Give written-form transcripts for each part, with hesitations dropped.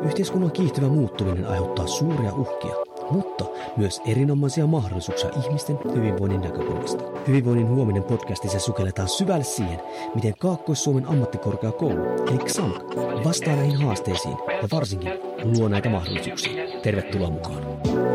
Yhteiskunnan kiihtyvä muuttuminen aiheuttaa suuria uhkia, mutta myös erinomaisia mahdollisuuksia ihmisten hyvinvoinnin näkökulmasta. Hyvinvoinnin huominen podcastissa sukelletaan syvälle siihen, miten Kaakkois-Suomen ammattikorkeakoulu, eli XAMK, vastaa näihin haasteisiin ja varsinkin luo näitä mahdollisuuksia. Tervetuloa mukaan!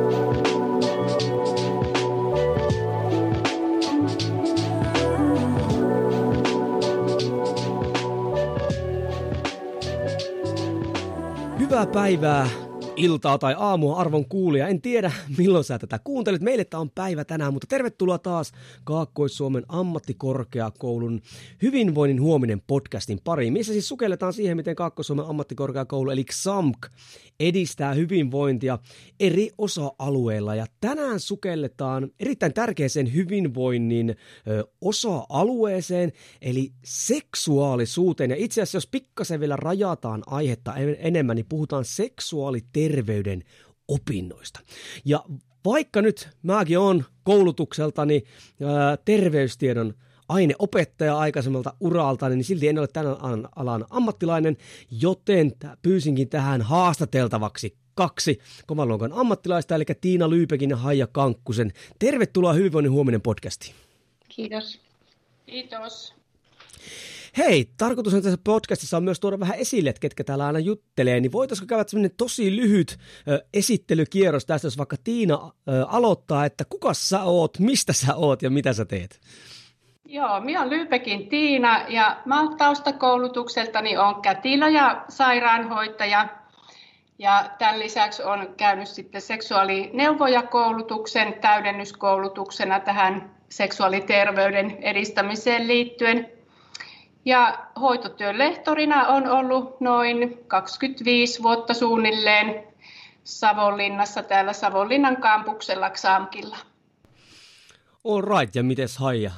Hyvää päivää, iltaa tai aamua arvon kuulija. En tiedä milloin sä tätä kuuntelet. Meille tää on päivä tänään, mutta tervetuloa taas Kaakkois-Suomen ammattikorkeakoulun hyvinvoinnin huominen podcastin pariin, missä siis sukelletaan siihen, miten Kaakkois-Suomen ammattikorkeakoulu eli XAMK edistää hyvinvointia eri osa-alueilla. Ja tänään sukelletaan erittäin tärkeäseen hyvinvoinnin osa-alueeseen, eli seksuaalisuuteen. Ja itse asiassa, jos pikkasen vielä rajataan aihetta enemmän, niin puhutaan seksuaaliterveyden opinnoista. Ja vaikka nyt mäkin olen koulutukseltani terveystiedon aineopettaja aikaisemmalta uralta, niin silti en ole tämän alan ammattilainen, joten pyysinkin tähän haastateltavaksi kaksi kovan luokan ammattilaista, eli Tiina Lyypekin ja Haija Kankkusen. Tervetuloa Hyvinvoinnin huominen podcastiin. Kiitos. Kiitos. Hei, tarkoitus on tässä podcastissa on myös tuoda vähän esille, että ketkä täällä aina juttelee, niin voitaisiko käydä sellainen tosi lyhyt esittelykierros tästä, jos vaikka Tiina aloittaa, että kuka sä oot, mistä sä oot ja mitä sä teet? Joo, minä olen Lyypekin Tiina ja mä oon taustakoulutukseltani olen kätilö ja sairaanhoitaja. Ja tämän lisäksi olen käynyt sitten seksuaalineuvojakoulutuksen täydennyskoulutuksena tähän seksuaaliterveyden edistämiseen liittyen. Ja hoitotyön lehtorina on ollut noin 25 vuotta suunnilleen Savonlinnassa, täällä Savonlinnan kampuksella XAMKilla. All right, ja mites Haija?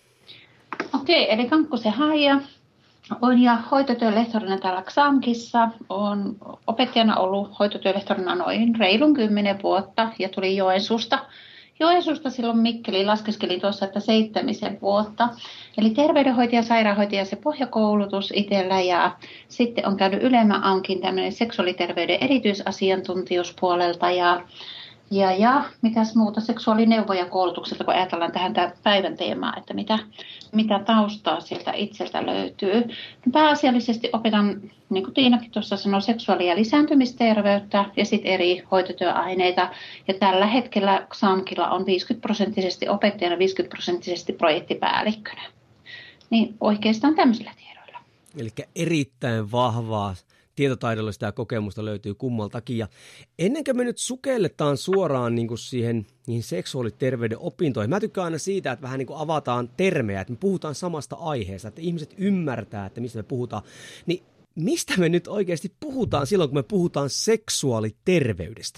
Okei, eli Kankkusen Haija. Olen ja hoitotyön lehtorina täällä XAMKissa. Olen opettajana ollut hoitotyön lehtorina noin reilun 10 vuotta ja tuli Joensuusta silloin Mikkeliin, laskeskelin tuossa, että 7 vuotta. Eli terveydenhoitaja, sairaanhoitaja se pohjakoulutus itsellä ja sitten on käynyt ylemmän AMKin tämmöinen seksuaaliterveyden erityisasiantuntijuus puolelta ja mitäs muuta seksuaalineuvojakoulutukselta, kun ajatellaan tähän tämän päivän teemaa, että mitä taustaa sieltä itseltä löytyy. Pääasiallisesti opetan, niin kuin Tiinakin tuossa sanoi, seksuaali- ja lisääntymisterveyttä ja sitten eri hoitotyöaineita. Ja tällä hetkellä XAMKilla on 50% opettajana, 50% projektipäällikkönä. Niin oikeastaan tämmöisillä tiedoilla. Eli erittäin vahvaa tietotaidollista ja kokemusta löytyy kummaltakin. Ja ennen kuin me nyt sukelletaan suoraan niin kuin niihin seksuaaliterveyden opintoihin, mä tykkään aina siitä, että vähän niin kuin avataan termejä, että me puhutaan samasta aiheesta, että ihmiset ymmärtää, että mistä me puhutaan. Niin mistä me nyt oikeasti puhutaan silloin, kun me puhutaan seksuaaliterveydestä?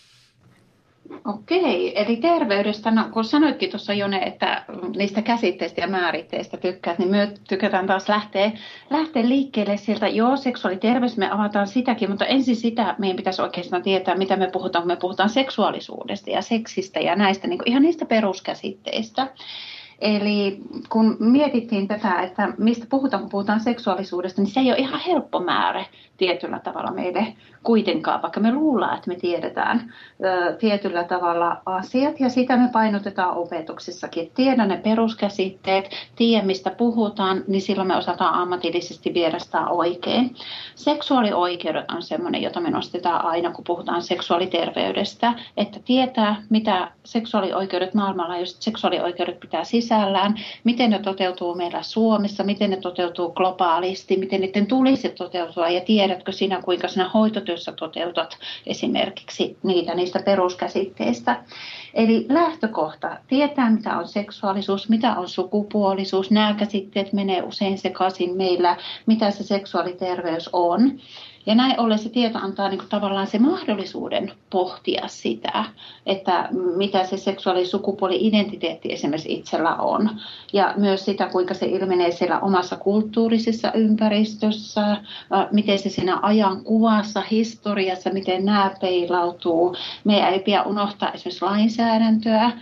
Okei, eli terveydestä, no, kun sanoitkin tuossa Jone, että niistä käsitteistä ja määritteistä tykkäät, niin me tykätään taas lähteä liikkeelle sieltä. Joo, seksuaaliterveys, me avataan sitäkin, mutta ensin sitä meidän pitäisi oikeastaan tietää, mitä me puhutaan, kun me puhutaan seksuaalisuudesta ja seksistä ja näistä, niin ihan niistä peruskäsitteistä. Eli kun mietittiin tätä, että mistä puhutaan, kun puhutaan seksuaalisuudesta, niin se ei ole ihan helppo määrä tietyllä tavalla meille kuitenkaan, vaikka me luullaan, että me tiedetään tietyllä tavalla asiat. Ja sitä me painotetaan opetuksessakin, että tiedä ne peruskäsitteet, tiedä mistä puhutaan, niin silloin me osataan ammatillisesti vierastaa oikein. Seksuaalioikeudet on sellainen, jota me nostetaan aina, kun puhutaan seksuaaliterveydestä, että tietää, mitä seksuaalioikeudet maailmanlaajuiset seksuaalioikeudet pitää sisällään, miten ne toteutuu meillä Suomessa, miten ne toteutuu globaalisti, miten niiden tulisi toteutua ja tiedätkö sinä, kuinka sinä hoitotyössä toteutat esimerkiksi niistä peruskäsitteistä. Eli lähtökohta, tietää mitä on seksuaalisuus, mitä on sukupuolisuus, nämä käsitteet menee usein sekaisin meillä, mitä se seksuaaliterveys on. Ja näin ollen se tieto antaa niin kuin tavallaan se mahdollisuuden pohtia sitä, että mitä se seksuaalisukupuoli-identiteetti esimerkiksi itsellä on. Ja myös sitä, kuinka se ilmenee siellä omassa kulttuurisessa ympäristössä, miten se siinä ajan kuvassa, historiassa, miten nämä peilautuu. Meidän ei pidä unohtaa esimerkiksi lainsäädäntöä.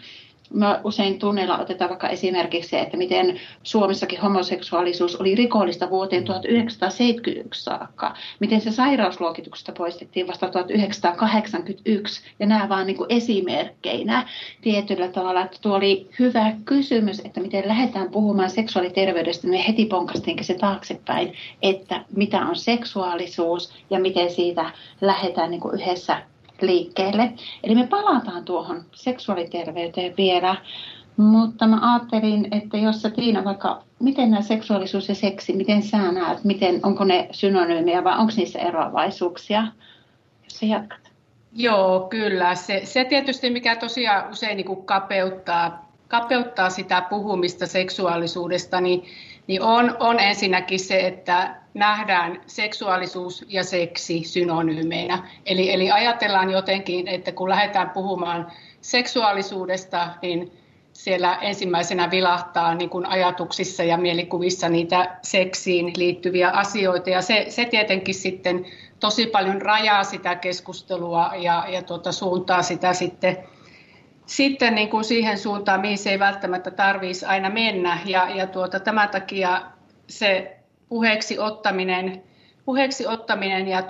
Me usein tunneilla otetaan vaikka esimerkiksi se, että miten Suomessakin homoseksuaalisuus oli rikollista vuoteen 1971 saakka. Miten se sairausluokituksesta poistettiin vasta 1981. Ja nämä vaan niin kuin esimerkkeinä tietyllä tavalla. Että tuo oli hyvä kysymys, että miten lähdetään puhumaan seksuaaliterveydestä. Me heti ponkastiinkin se taaksepäin, että mitä on seksuaalisuus ja miten siitä lähdetään niin kuin yhdessä liikkeelle. Eli me palataan tuohon seksuaaliterveyteen vielä, mutta mä ajattelin, että jos sä Tiina vaikka, miten nämä seksuaalisuus ja seksi, miten sä näet, onko ne synonyymiä vai onko niissä eroavaisuuksia, jos sä jatkat? Joo, kyllä. Se tietysti, mikä tosiaan usein niin kuin kapeuttaa sitä puhumista seksuaalisuudesta, niin on ensinnäkin se, että nähdään seksuaalisuus ja seksi synonyymeinä. Eli ajatellaan jotenkin, että kun lähdetään puhumaan seksuaalisuudesta, niin siellä ensimmäisenä vilahtaa niin kuin ajatuksissa ja mielikuvissa niitä seksiin liittyviä asioita. Ja se tietenkin sitten tosi paljon rajaa sitä keskustelua ja suuntaa sitä sitten niin kuin siihen suuntaan, mihin se ei välttämättä tarvitsisi aina mennä. Ja tämän takia se puheeksi ottaminen ja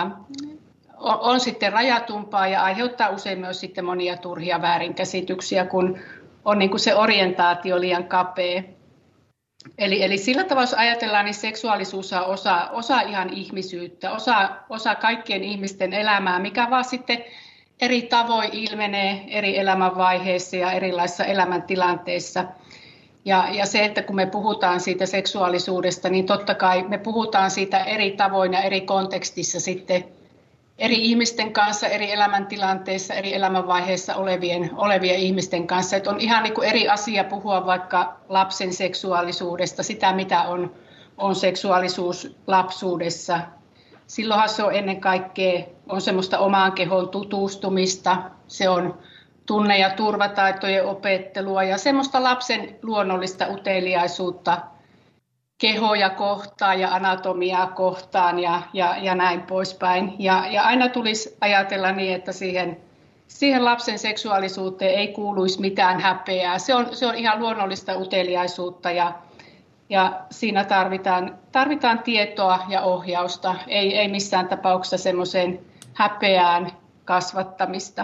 on sitten rajatumpaa ja aiheuttaa usein myös sitten monia turhia väärinkäsityksiä, kun on niin kuin se orientaatio liian kapea. Eli sillä tavalla, jos ajatellaan, niin seksuaalisuus on osa ihan ihmisyyttä, osa kaikkien ihmisten elämää, mikä vaan sitten eri tavoin ilmenee eri elämänvaiheissa ja erilaisissa elämäntilanteissa. Ja se, että kun me puhutaan siitä seksuaalisuudesta, niin totta kai me puhutaan siitä eri tavoin ja eri kontekstissa sitten eri ihmisten kanssa, eri elämäntilanteissa, eri elämänvaiheissa olevien ihmisten kanssa. Että on ihan niin kuin eri asia puhua vaikka lapsen seksuaalisuudesta, sitä mitä on seksuaalisuus lapsuudessa. Silloinhan se on ennen kaikkea semmoista omaan kehoon tutustumista, se on tunne- ja turvataitojen opettelua ja semmoista lapsen luonnollista uteliaisuutta kehoja kohtaan ja anatomiaa kohtaan ja näin poispäin. Ja aina tulisi ajatella niin, että siihen lapsen seksuaalisuuteen ei kuuluisi mitään häpeää. Se on ihan luonnollista uteliaisuutta ja siinä tarvitaan tietoa ja ohjausta, ei missään tapauksessa semmoiseen häpeään kasvattamista.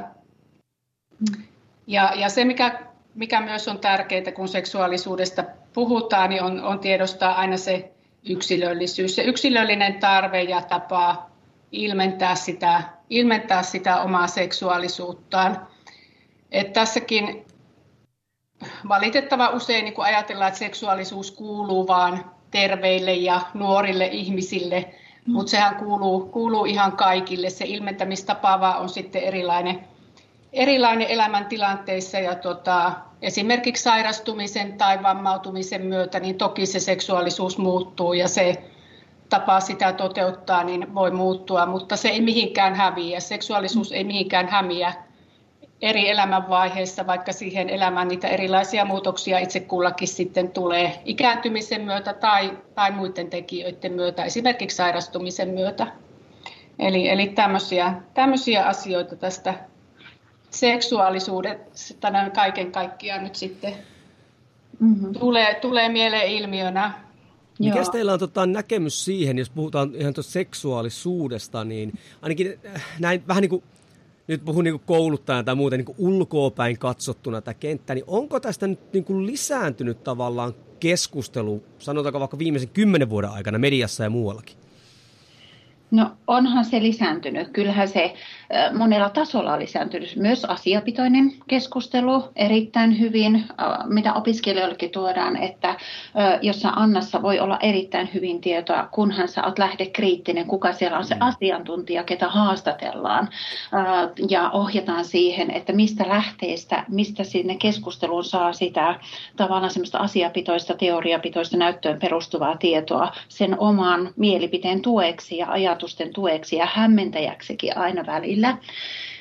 Ja se, mikä myös on tärkeää, kun seksuaalisuudesta puhutaan, niin on tiedostaa aina se yksilöllisyys, se yksilöllinen tarve ja tapa ilmentää sitä omaa seksuaalisuuttaan. Et tässäkin valitettavan usein niin kun ajatellaan, että seksuaalisuus kuuluu vain terveille ja nuorille ihmisille, mutta sehän kuuluu ihan kaikille. Se ilmentämistapa vaan on sitten erilainen elämäntilanteissa ja esimerkiksi sairastumisen tai vammautumisen myötä, niin toki se seksuaalisuus muuttuu ja se tapa sitä toteuttaa niin voi muuttua, mutta se ei mihinkään häviä. Seksuaalisuus ei mihinkään häviä eri elämänvaiheissa, vaikka siihen elämään niitä erilaisia muutoksia itse kullakin sitten tulee ikääntymisen myötä tai muiden tekijöiden myötä, esimerkiksi sairastumisen myötä. Eli tämmöisiä asioita tästä seksuaalisuudesta kaiken kaikkiaan nyt sitten tulee mieleen ilmiönä. Mikäs teillä on näkemys siihen, jos puhutaan ihan tuosta seksuaalisuudesta, niin ainakin näin vähän niin kuin, nyt puhun niin kuin kouluttajan tai muuten niin kuin ulkoapäin katsottuna tämä kenttä, niin onko tästä nyt niin kuin lisääntynyt tavallaan keskustelu, sanotaanko vaikka viimeisen 10 vuoden aikana mediassa ja muuallakin? No onhan se lisääntynyt. Kyllähän se monella tasolla on lisääntynyt. Myös asiapitoinen keskustelu erittäin hyvin, mitä opiskelijoillekin tuodaan, että jossa Annassa voi olla erittäin hyvin tietoa, kunhan sä oot lähdekriittinen, kuka siellä on se asiantuntija, ketä haastatellaan ja ohjataan siihen, että mistä lähteistä, mistä sinne keskusteluun saa sitä tavallaan semmoista asiapitoista, teoriapitoista näyttöön perustuvaa tietoa sen oman mielipiteen tueksi ja ajatusten tueksi ja hämmentäjäksikin aina välillä.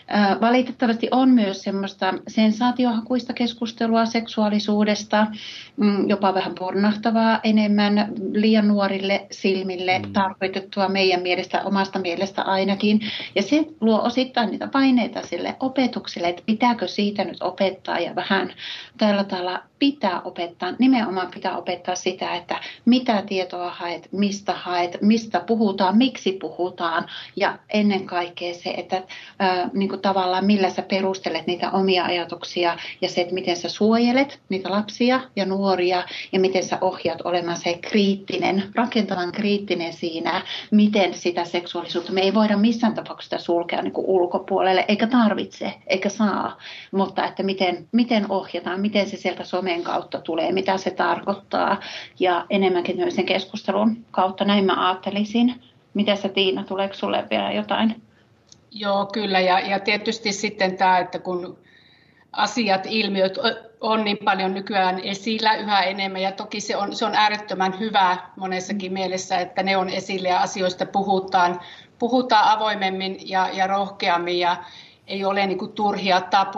Valitettavasti on myös semmoista sensaatiohakuista keskustelua seksuaalisuudesta, jopa vähän pornahtavaa enemmän liian nuorille silmille tarkoitettua meidän mielestä, omasta mielestä ainakin. Ja se luo osittain niitä paineita sille opetukselle, että pitääkö siitä nyt opettaa ja vähän tällä tavalla pitää opettaa. Nimenomaan pitää opettaa sitä, että mitä tietoa haet, mistä puhutaan, miksi puhutaan ja ennen kaikkea se, että niin kuin tavallaan millä sä perustelet niitä omia ajatuksia ja se, että miten sä suojelet niitä lapsia ja nuoria ja miten sä ohjaat olemaan se kriittinen, rakentavan kriittinen siinä, miten sitä seksuaalisuutta. Me ei voida missään tapauksessa sulkea niin kuin ulkopuolelle, eikä tarvitse, eikä saa, mutta että miten ohjataan, miten se sieltä somen kautta tulee, mitä se tarkoittaa ja enemmänkin sen keskustelun kautta, näin mä ajattelisin. Miten sä, Tiina, tuleeko sulle vielä jotain? Joo, kyllä. Ja tietysti sitten tämä, että kun asiat, ilmiöt on niin paljon nykyään esillä yhä enemmän, ja toki se on äärettömän hyvä monessakin mielessä, että ne on esillä ja asioista puhutaan avoimemmin ja rohkeammin, ja ei ole niin kuin turhia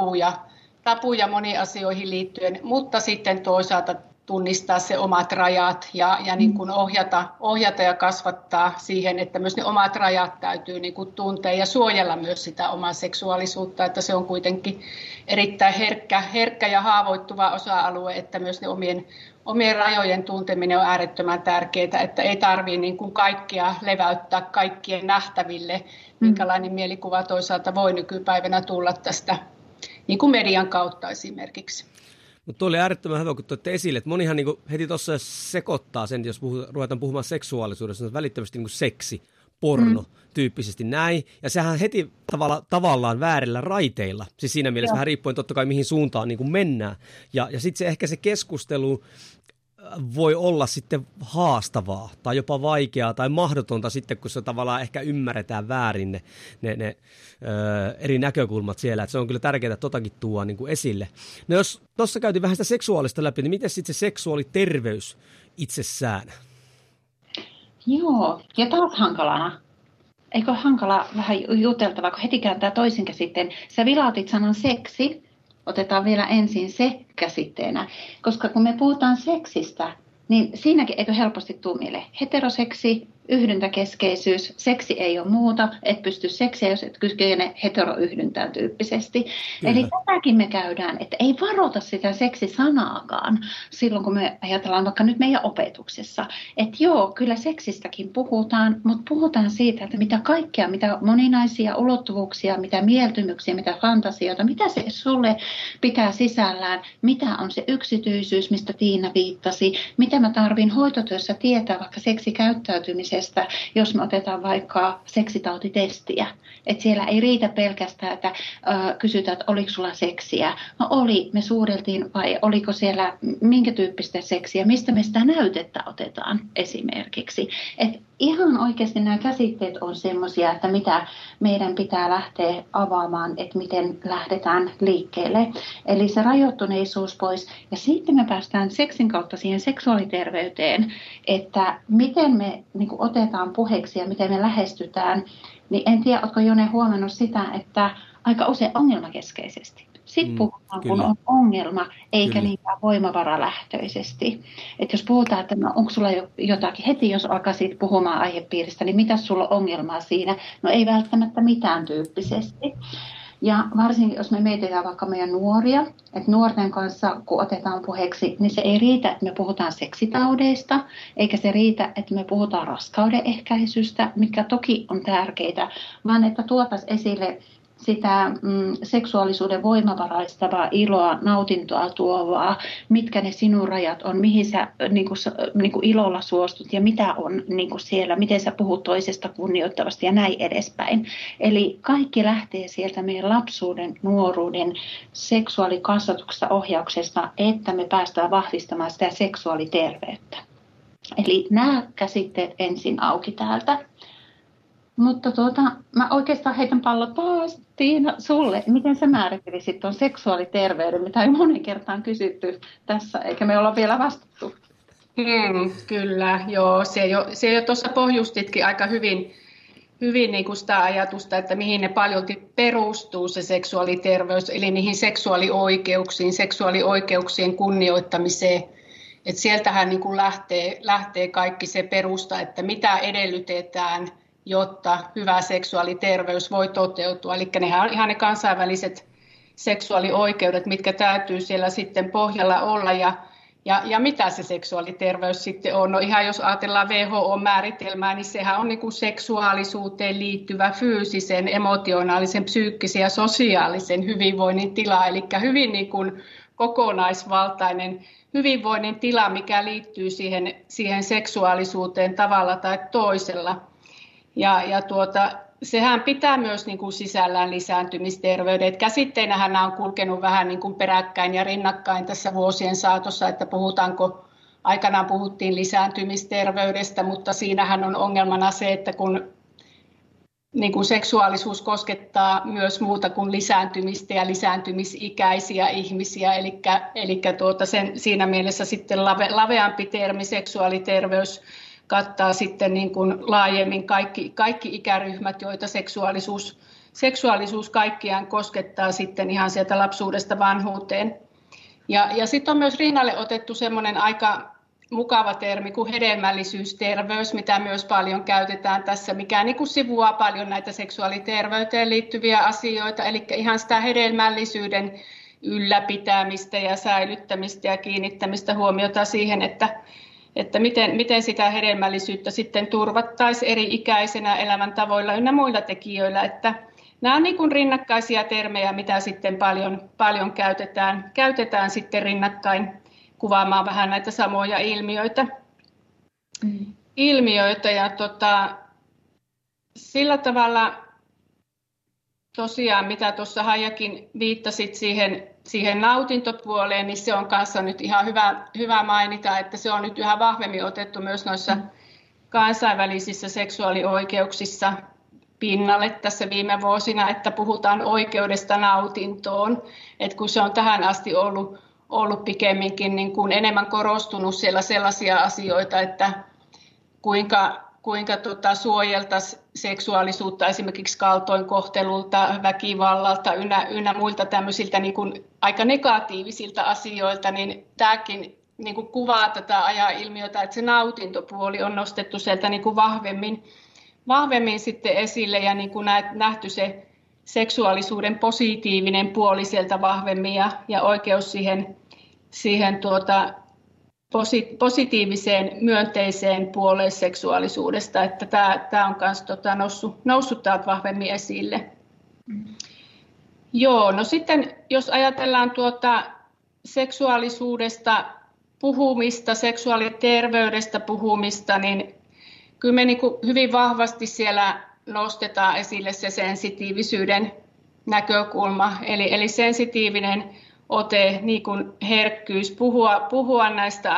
tabuja moniin asioihin liittyen, mutta sitten toisaalta tunnistaa se omat rajat ja niin kuin ohjata ja kasvattaa siihen, että myös ne omat rajat täytyy niin kuin tuntea ja suojella myös sitä omaa seksuaalisuutta, että se on kuitenkin erittäin herkkä ja haavoittuva osa-alue, että myös ne omien rajojen tunteminen on äärettömän tärkeää, että ei tarvitse niin kuin kaikkea leväyttää kaikkien nähtäville, minkälainen mielikuva toisaalta voi nykypäivänä tulla tästä niin kuin median kautta esimerkiksi. Mutta tuo oli äärettömän hyvä, kun toitte esille, että monihan niinku heti tuossa sekoittaa sen, jos ruvetaan puhumaan seksuaalisuudesta, niin välittömästi niinku seksi, porno, tyyppisesti näin. Ja sehän heti tavallaan väärillä raiteilla, siis siinä mielessä vähän riippuen totta kai mihin suuntaan niinku mennään. Ja sitten ehkä se keskustelu voi olla sitten haastavaa tai jopa vaikeaa tai mahdotonta sitten, kun se tavallaan ehkä ymmärretään väärin ne eri näkökulmat siellä. Että se on kyllä tärkeää, että totakin tuoda niin kuin esille. No jos tuossa käytiin vähän sitä seksuaalista läpi, niin miten sitten se seksuaaliterveys itsessään? Joo, ja taas hankalana. Eikö hankala vähän juteltavaa, kun heti kääntää toisen käsitteen. Sä vilautit sanan seksi. Otetaan vielä ensin se käsitteenä, koska kun me puhutaan seksistä, niin siinäkin eikö helposti tule mieleen heteroseksi, yhdyntäkeskeisyys, seksi ei ole muuta, et pysty seksiä, jos et kykene heteroyhdyntään tyyppisesti. Kyllä. Eli tätäkin me käydään, että ei varota sitä seksisanaakaan silloin, kun me ajatellaan vaikka nyt meidän opetuksessa. Että joo, kyllä seksistäkin puhutaan, mutta puhutaan siitä, että mitä kaikkea, mitä moninaisia ulottuvuuksia, mitä mieltymyksiä, mitä fantasioita, mitä se sulle pitää sisällään, mitä on se yksityisyys, mistä Tiina viittasi, mitä mä tarvin hoitotyössä tietää vaikka seksikäyttäytymisestä, jos me otetaan vaikka seksitautitestiä. Että siellä ei riitä pelkästään, että kysytään, että oliko sulla seksiä. No oli, me suureltiin vai oliko siellä minkä tyyppistä seksiä, mistä me sitä näytettä otetaan esimerkiksi. Että ihan oikeasti nämä käsitteet on semmoisia, että mitä meidän pitää lähteä avaamaan, että miten lähdetään liikkeelle. Eli se rajoittuneisuus pois. Ja sitten me päästään seksin kautta siihen seksuaaliterveyteen, että miten me niin kuin otetaan puheeksi ja miten me lähestytään. Niin en tiedä, oletko Jone huomannut sitä, että aika usein ongelmakeskeisesti. Sitten puhutaan, kun on ongelma, eikä niinkään voimavaralähtöisesti. Että jos puhutaan, että no, onko sulla jotakin, heti jos alkaisit puhumaan aihepiiristä, niin mitä sulla on ongelmaa siinä? No ei välttämättä mitään tyyppisesti. Ja varsinkin, jos me mietitään vaikka meidän nuoria, että nuorten kanssa, kun otetaan puheeksi, niin se ei riitä, että me puhutaan seksitaudeista, eikä se riitä, että me puhutaan raskauden ehkäisystä, mikä toki on tärkeää, vaan että tuotaisiin esille sitä seksuaalisuuden voimavaraistavaa iloa, nautintoa tuovaa, mitkä ne sinun rajat on, mihin sä niin kuin ilolla suostut ja mitä on niin kuin siellä, miten sä puhut toisesta kunnioittavasti ja näin edespäin. Eli kaikki lähtee sieltä meidän lapsuuden, nuoruuden, seksuaalikasvatuksesta, ohjauksesta, että me päästään vahvistamaan sitä seksuaaliterveyttä. Eli nämä käsitteet ensin auki täältä. Mutta mä oikeastaan heitän pallon taas, Tiina, sulle. Miten sä määrittelisit tuon seksuaaliterveyden, mitä ei monen kertaan kysytty tässä, eikä me olla vielä vastattu? Kyllä, joo. Se jo tuossa pohjustitkin aika hyvin niin kuin sitä ajatusta, että mihin ne paljolti perustuu se seksuaaliterveys, eli niihin seksuaalioikeuksien kunnioittamiseen. Et sieltähän niin kuin lähtee kaikki se perusta, että mitä edellytetään, jotta hyvä seksuaaliterveys voi toteutua. Eli nehän on ihan ne kansainväliset seksuaalioikeudet, mitkä täytyy siellä sitten pohjalla olla. Ja mitä se seksuaaliterveys sitten on? No ihan jos ajatellaan WHO-määritelmää, niin sehän on niin kuin seksuaalisuuteen liittyvä fyysisen, emotionaalisen, psyykkisen ja sosiaalisen hyvinvoinnin tila. Eli hyvin niin kuin kokonaisvaltainen hyvinvoinnin tila, mikä liittyy siihen seksuaalisuuteen tavalla tai toisella. Sehän pitää myös niin kuin sisällään lisääntymisterveyden. Et käsitteinähän nämä on kulkenut vähän niin kuin peräkkäin ja rinnakkain tässä vuosien saatossa, että aikanaan puhuttiin lisääntymisterveydestä, mutta siinähän on ongelmana se, että kun niin kuin seksuaalisuus koskettaa myös muuta kuin lisääntymistä ja lisääntymisikäisiä ihmisiä, eli siinä mielessä sitten laveampi termi seksuaaliterveys kattaa sitten niin kuin laajemmin kaikki ikäryhmät, joita seksuaalisuus kaikkiaan koskettaa sitten ihan sieltä lapsuudesta vanhuuteen. Ja sitten on myös rinnalle otettu semmoinen aika mukava termi kuin hedelmällisyysterveys, mitä myös paljon käytetään tässä, mikä niin kuin sivuaa paljon näitä seksuaaliterveyteen liittyviä asioita, eli ihan sitä hedelmällisyyden ylläpitämistä ja säilyttämistä ja kiinnittämistä huomiota siihen, että miten sitä hedelmällisyyttä sitten turvattaisiin eri ikäisenä elämäntavoilla ynnä muilla tekijöillä. Että nämä on niin kuin rinnakkaisia termejä, mitä sitten paljon käytetään sitten rinnakkain kuvaamaan vähän näitä samoja ilmiöitä. Ja sillä tavalla tosiaan, mitä tuossa Haijakin viittasit siihen nautintopuoleen, niin se on kanssa nyt ihan hyvä mainita, että se on nyt yhä vahvemmin otettu myös noissa kansainvälisissä seksuaalioikeuksissa pinnalle tässä viime vuosina, että puhutaan oikeudesta nautintoon, että kun se on tähän asti ollut pikemminkin niin kuin enemmän korostunut siellä sellaisia asioita, että kuinka suojeltaisiin seksuaalisuutta esimerkiksi kaltoinkohtelulta, väkivallalta ynnä muilta tämmöisiltä niin kuin aika negatiivisilta asioilta, niin tämäkin niin kuin kuvaa tätä ajan-ilmiötä, että se nautintopuoli on nostettu sieltä niin kuin vahvemmin sitten esille ja niin kuin nähty se seksuaalisuuden positiivinen puoli sieltä vahvemmin ja oikeus siihen positiiviseen, myönteiseen puoleen seksuaalisuudesta, että tämä on myös noussut täältä vahvemmin esille. Joo, no sitten jos ajatellaan seksuaalisuudesta puhumista, seksuaaliterveydestä puhumista, niin kyllä me niin kuin hyvin vahvasti siellä nostetaan esille se sensitiivisyyden näkökulma, eli sensitiivinen ote, niin kuin herkkyys, puhua näistä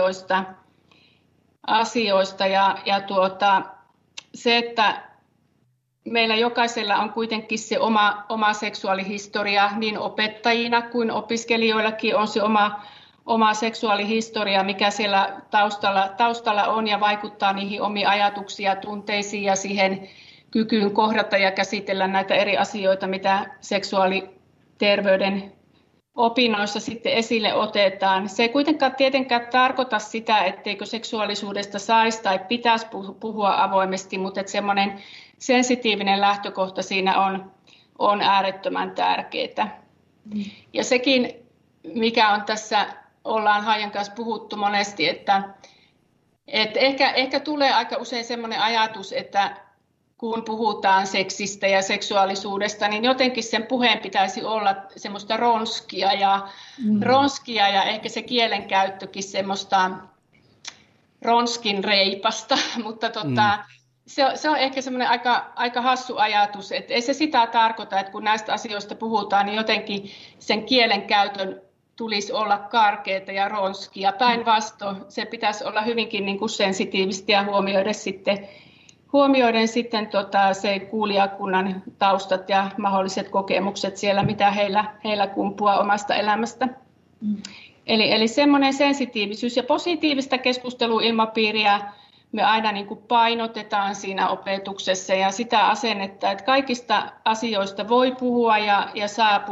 asioista ja se, että meillä jokaisella on kuitenkin se oma seksuaalihistoria, niin opettajina kuin opiskelijoillakin on se oma seksuaalihistoria, mikä siellä taustalla on ja vaikuttaa niihin omiin ajatuksiin ja tunteisiin ja siihen kykyyn kohdata ja käsitellä näitä eri asioita, mitä seksuaaliterveyden opinnoissa sitten esille otetaan. Se ei kuitenkaan tietenkään tarkoita sitä, etteikö seksuaalisuudesta saisi tai pitäisi puhua avoimesti, mutta että semmoinen sensitiivinen lähtökohta siinä on äärettömän tärkeää. Ja sekin, mikä on tässä, ollaan Haijan kanssa puhuttu monesti, että ehkä tulee aika usein semmoinen ajatus, että kun puhutaan seksistä ja seksuaalisuudesta, niin jotenkin sen puheen pitäisi olla semmoista ronskia ja ehkä se kielenkäyttökin semmoista ronskin reipasta, mutta se on ehkä semmoinen aika hassu ajatus, että ei se sitä tarkoita, että kun näistä asioista puhutaan, niin jotenkin sen kielenkäytön tulisi olla karkeata ja ronskia. Päinvastoin se pitäisi olla hyvinkin niin kuin sensitiivistä ja huomioiden sitten se kuulijakunnan taustat ja mahdolliset kokemukset siellä, mitä heillä kumpuaa omasta elämästä. Eli semmoinen sensitiivisyys ja positiivista keskusteluilmapiiriä me aina niin kuin painotetaan siinä opetuksessa ja sitä asennetta, että kaikista asioista voi puhua ja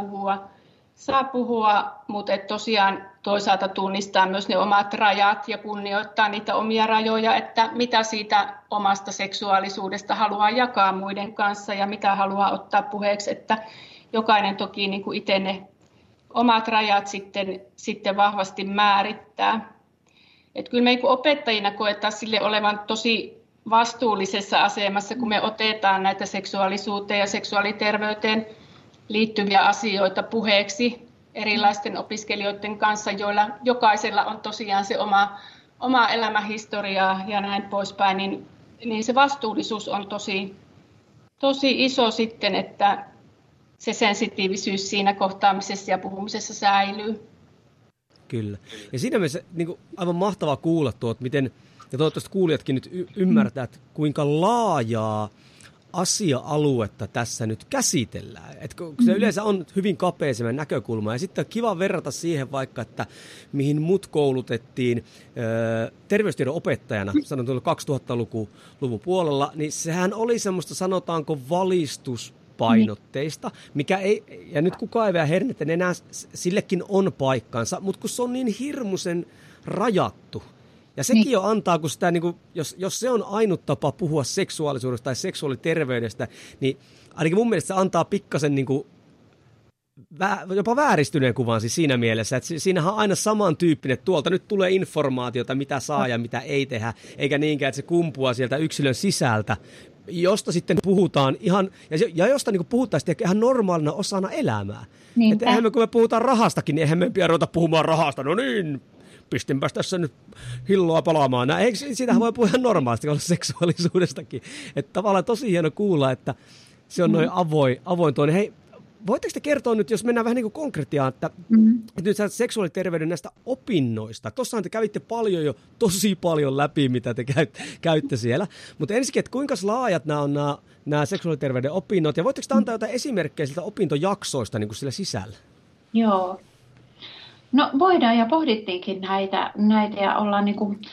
saa puhua, mutta et tosiaan toisaalta tunnistaa myös ne omat rajat ja kunnioittaa niitä omia rajoja, että mitä siitä omasta seksuaalisuudesta haluaa jakaa muiden kanssa ja mitä haluaa ottaa puheeksi, että jokainen toki niin kuin itse ne omat rajat sitten vahvasti määrittää. Että kyllä me opettajina koetaan sille olevan tosi vastuullisessa asemassa, kun me otetaan näitä seksuaalisuuteen ja seksuaaliterveyteen liittyviä asioita puheeksi erilaisten opiskelijoiden kanssa, joilla jokaisella on tosiaan se oma elämähistoriaa ja näin poispäin, niin se vastuullisuus on tosi iso sitten, että se sensitiivisyys siinä kohtaamisessa ja puhumisessa säilyy. Kyllä. Ja siinä mielessä niin kuin aivan mahtavaa kuulla tuo, miten, ja toivottavasti kuulijatkin nyt ymmärtää, että kuinka laajaa asia-aluetta tässä nyt käsitellään. Että kun se yleensä on hyvin kapea se näkökulma, ja sitten on kiva verrata siihen vaikka, että mihin mut koulutettiin terveystiedon opettajana, sanon tuolla 2000-luvun puolella, niin sehän oli semmoista, sanotaanko, valistuspainotteista, mikä ei, ja nyt kukaan ei vielä hernettä enää, sillekin on paikkansa, mutta kun se on niin hirmuisen rajattu. Ja sekin jo antaa, kun sitä, niin kuin, jos se on ainut tapa puhua seksuaalisuudesta tai seksuaaliterveydestä, niin ainakin mun mielestä se antaa pikkasen niin kuin, jopa vääristyneen kuvan siis siinä mielessä, että siinähän on aina samantyyppinen, että tuolta nyt tulee informaatiota, mitä saa ja mitä ei tehdä, eikä niinkään, että se kumpuaa sieltä yksilön sisältä, josta sitten puhutaan ihan, ja josta niin kuin puhutaan sitten ihan normaalina osana elämää. Että eihän me, kun me puhutaan rahastakin, niin eihän me pian ruveta puhumaan rahasta, no niin, pistinpäs tässä nyt hilloa palaamaan. Siitähän voi puhua ihan normaalisti olla seksuaalisuudestakin. Että tavallaan tosi hieno kuulla, että se on noin avoin toinen. Hei, voitteko te kertoa nyt, jos mennään vähän niin kuin konkretiaan, että nyt seksuaaliterveyden näistä opinnoista. Tuossahan te kävitte tosi paljon läpi, mitä te käytte siellä. Mutta ensinnäkin, että kuinka laajat nämä seksuaaliterveyden opinnot, ja voitteko te antaa jotain esimerkkejä siltä opintojaksoista niin kuin sillä sisällä? Joo. No voidaan ja pohdittiinkin näitä ja ollaan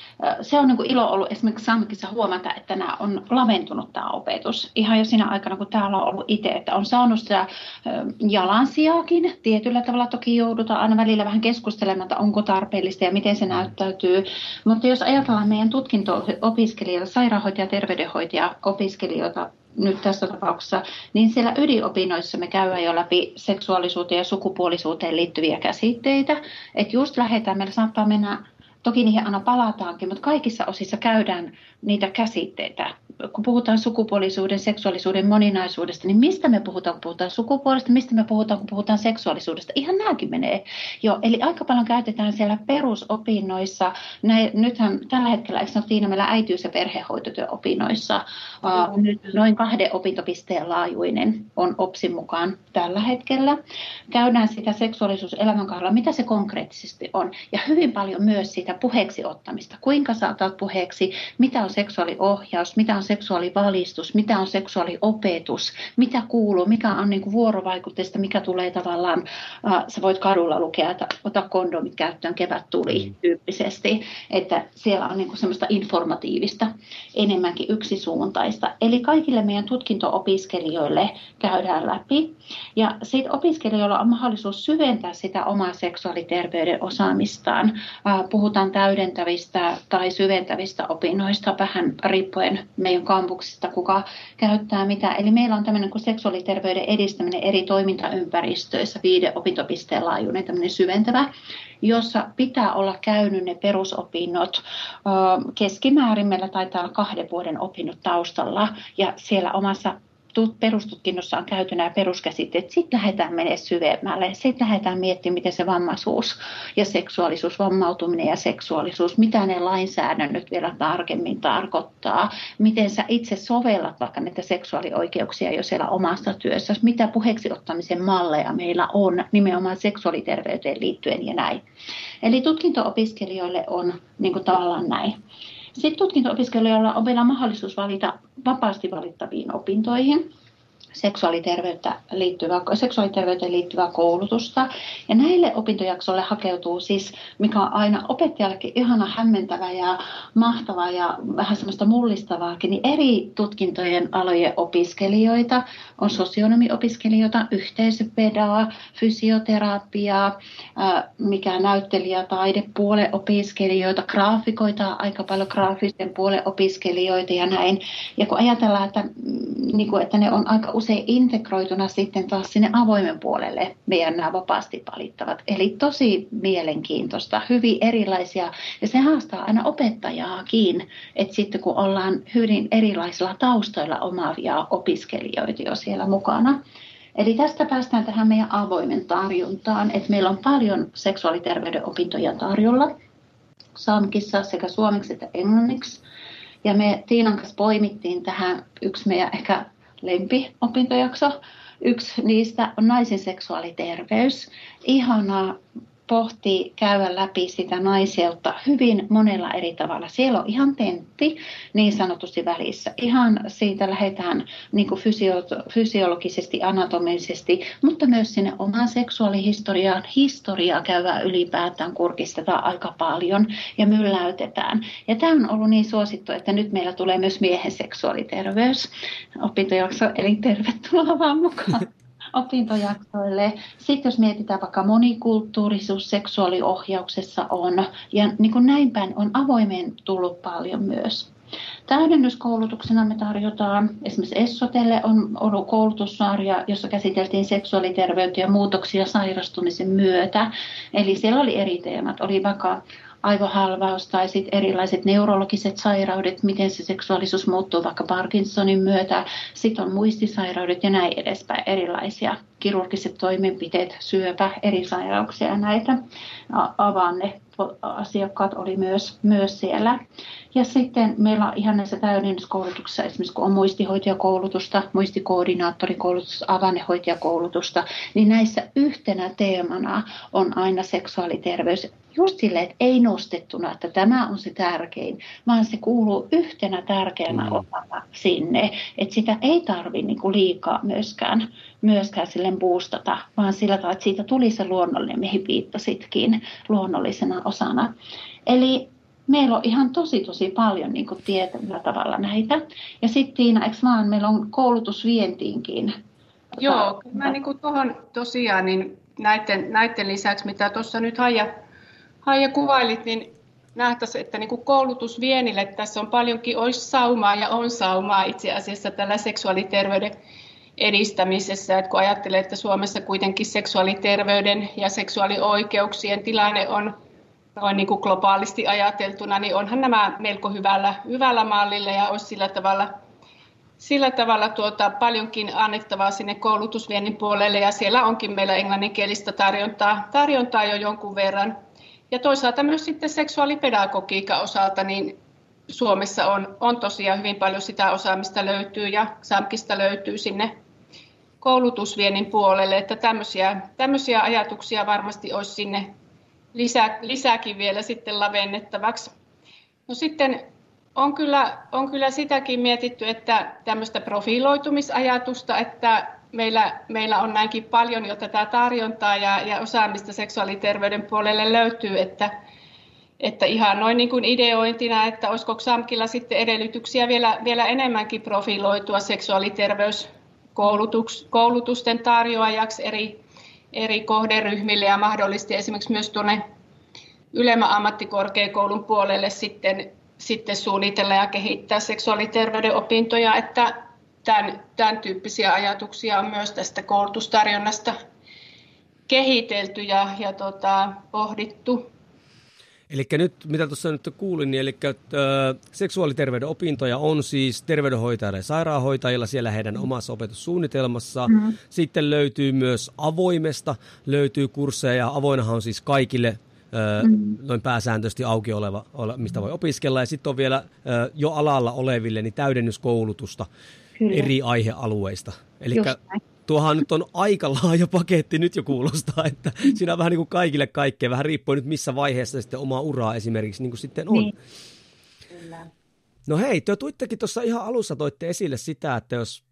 se on ilo ollut esimerkiksi Samkissa huomata, että nämä on laventunut tämä opetus. Ihan jo siinä aikana, kun täällä on ollut itse, että on saanut sitä jalansijaakin. Tietyllä tavalla toki joudutaan aina välillä vähän keskustelemaan, että onko tarpeellista ja miten se näyttäytyy. Mutta jos ajatellaan meidän tutkinto-opiskelijoita, sairaanhoitaja- ja terveydenhoitaja-opiskelijoita, nyt tässä tapauksessa, niin siellä ydinopinnoissa me käydään jo läpi seksuaalisuuteen ja sukupuolisuuteen liittyviä käsitteitä. Että just lähdetään, meillä saattaa mennä, toki niihin aina palataankin, mutta kaikissa osissa käydään niitä käsitteitä. Kun puhutaan sukupuolisuuden, seksuaalisuuden moninaisuudesta, niin mistä me puhutaan, kun puhutaan sukupuolesta, mistä me puhutaan, kun puhutaan seksuaalisuudesta? Ihan nämäkin menee jo. Eli aika paljon käytetään siellä perusopinnoissa. Nythän tällä hetkellä, eikö siinä meillä äitiys- ja perhehoitotyöopinnoissa nyt noin 2 opintopisteen laajuinen on OPSin mukaan tällä hetkellä. Käydään sitä seksuaalisuus elämänkaarella, mitä se konkreettisesti on. Ja hyvin paljon myös sitä puheeksi ottamista. Kuinka saatat puheeksi, mitä on seksuaaliohjaus, mitä on seksuaalivalistus, mitä on seksuaaliopetus, mitä kuuluu, mikä on niin kuin vuorovaikutteista, mikä tulee tavallaan, sä voit kadulla lukea, että ota kondomit käyttöön, kevät tuli tyyppisesti, että siellä on niin kuin semmoista informatiivista, enemmänkin yksisuuntaista. Eli kaikille meidän tutkinto-opiskelijoille käydään läpi ja sitten opiskelijoilla on mahdollisuus syventää sitä omaa seksuaaliterveyden osaamistaan. Puhutaan täydentävistä tai syventävistä opinnoista vähän riippuen meidän kampuksista, kuka käyttää mitä. Eli meillä on tämmöinen kuin seksuaaliterveyden edistäminen eri toimintaympäristöissä, 5 opintopisteen laajuinen tämmöinen syventävä, jossa pitää olla käynyt ne perusopinnot. Keskimäärin meillä taitaa olla 2 vuoden opinnot taustalla ja siellä omassa perustutkinnossa on käyty nämä peruskäsitteet. Sitten lähdetään menemään syvemmälle. Sitten lähdetään miettimään, miten se vammaisuus ja seksuaalisuus, vammautuminen ja seksuaalisuus, mitä ne lainsäädännöt vielä tarkemmin tarkoittaa. Miten sä itse sovellat vaikka näitä seksuaalioikeuksia jo siellä omassa työssä. Mitä puheeksi ottamisen malleja meillä on nimenomaan seksuaaliterveyteen liittyen ja näin. Eli tutkinto-opiskelijoille on niin kuin tavallaan näin. Sitten tutkinto-opiskelijoilla on vielä mahdollisuus valita vapaasti valittaviin opintoihin. seksuaaliterveyteen liittyvää koulutusta. Ja näille opintojaksoille hakeutuu siis, mikä on aina opettajallekin ihana hämmentävä ja mahtava ja vähän semmoista mullistavaakin, niin eri tutkintojen alojen opiskelijoita. On sosionomiopiskelijoita, yhteisöpedaa, fysioterapiaa, mikä näyttelijä, taidepuolen opiskelijoita, graafikoita, aika paljon graafisten puolen opiskelijoita ja näin. Ja kun ajatellaan, että ne on aika usein integroituna sitten taas sinne avoimen puolelle meidän nämä vapaasti valittavat. Eli tosi mielenkiintoista, hyvin erilaisia ja se haastaa aina opettajaakin, että sitten kun ollaan hyvin erilaisilla taustoilla omaavia opiskelijoita jo siellä mukana. Eli tästä päästään tähän meidän avoimen tarjuntaan, että meillä on paljon seksuaaliterveyden opintoja tarjolla saamkissa sekä suomeksi että englanniksi. Ja me Tiinan kanssa poimittiin tähän yksi meidän ehkä lempiopintojakso. Yksi niistä on naisen seksuaaliterveys. Ihanaa pohtia, käydä läpi sitä naiseutta hyvin monella eri tavalla. Siellä on ihan tentti niin sanotusti välissä. Ihan siitä lähdetään niin kuin fysiologisesti, anatomisesti, mutta myös sinne omaan seksuaalihistoriaan. Historiaa käydään ylipäätään, kurkistetaan aika paljon ja mylläytetään. Ja tämä on ollut niin suosittu, että nyt meillä tulee myös miehen seksuaaliterveys opintojakso, eli tervetuloa vaan mukaan opintojaksoille. Sitten jos mietitään vaikka monikulttuurisuus seksuaaliohjauksessa on, ja niin kuin näin päin on avoimeen tullut paljon myös. Täydennyskoulutuksena me tarjotaan, esimerkiksi Essotelle on ollut koulutussarja, jossa käsiteltiin seksuaaliterveyttä ja muutoksia sairastumisen myötä. Eli siellä oli eri teemat, oli vaikka aivohalvaus tai sitten erilaiset neurologiset sairaudet, miten se seksuaalisuus muuttuu vaikka Parkinsonin myötä. Sitten on muistisairaudet ja näin edespäin, erilaisia kirurgiset toimenpiteet, syöpä, eri sairauksia ja näitä. Avanne asiakkaat oli myös siellä. Ja sitten meillä on ihan näissä täydennyskoulutuksissa, esimerkiksi kun on muistihoitajakoulutusta, muistikoordinaattorikoulutusta, avannehoitajakoulutusta, niin näissä yhtenä teemana on aina seksuaaliterveys. Just silleen, että ei nostettuna, että tämä on se tärkein, vaan se kuuluu yhtenä tärkeänä osana sinne. Että sitä ei tarvitse niinku liikaa myöskään silleen boostata, vaan sillä tavalla, että siitä tuli se luonnollinen, mihin viittasitkin, luonnollisena osana. Eli meillä on ihan tosi paljon niin kuin tietyllä tavalla näitä. Ja sitten Tiina, eikö vaan, meillä on koulutusvientiinkin. Joo, mä niin kuin tuohon tosiaan niin näiden lisäksi, mitä tuossa nyt Haija kuvailit, niin nähtäisiin, että niin kuin koulutusviennille tässä on paljonkin olisi saumaa ja on saumaa itse asiassa tällä seksuaaliterveyden edistämisessä. Että kun ajattelee, että Suomessa kuitenkin seksuaaliterveyden ja seksuaalioikeuksien tilanne on noin niin kuin globaalisti ajateltuna, niin onhan nämä melko hyvällä mallilla ja olisi sillä tavalla paljonkin annettavaa sinne koulutusviennin puolelle ja siellä onkin meillä englanninkielistä tarjontaa jo jonkun verran. Ja toisaalta myös sitten seksuaalipedagogiikan osalta, niin Suomessa on tosiaan hyvin paljon sitä osaamista löytyy ja SAMKista löytyy sinne koulutusviennin puolelle, että tämmöisiä ajatuksia varmasti olisi sinne lisääkin vielä sitten lavennettavaksi. No sitten on kyllä sitäkin mietitty, että tämmöistä profiloitumisajatusta, että meillä on näinkin paljon jo tätä tarjontaa ja osaamista seksuaaliterveyden puolelle löytyy, että ihan noin niin kuin ideointina, että olisiko XAMKilla sitten edellytyksiä vielä enemmänkin profiloitua seksuaaliterveyskoulutusten tarjoajaksi eri kohderyhmille ja mahdollisesti esimerkiksi myös tuonne ylemmän ammattikorkeakoulun puolelle sitten suunnitella ja kehittää seksuaaliterveyden opintoja, että tämän tyyppisiä ajatuksia on myös tästä koulutustarjonnasta kehitelty ja pohdittu. Eli nyt, mitä tuossa nyt kuulin, niin seksuaaliterveyden opintoja on siis terveydenhoitajilla ja sairaanhoitajilla siellä heidän omassa opetussuunnitelmassa. Sitten löytyy myös avoimesta, löytyy kursseja ja avoinahan on siis kaikille noin pääsääntöisesti auki oleva, mistä voi opiskella. Ja sitten on vielä jo alalla oleville niin täydennyskoulutusta eri aihealueista. Eli tuohan nyt on aika laaja paketti nyt jo kuulostaa, että siinä on vähän niin kuin kaikille kaikkea, vähän riippuen nyt missä vaiheessa sitten omaa uraa esimerkiksi niin kuin sitten on. Niin. No hei, te tuittekin tuossa ihan alussa toitte esille sitä, että jos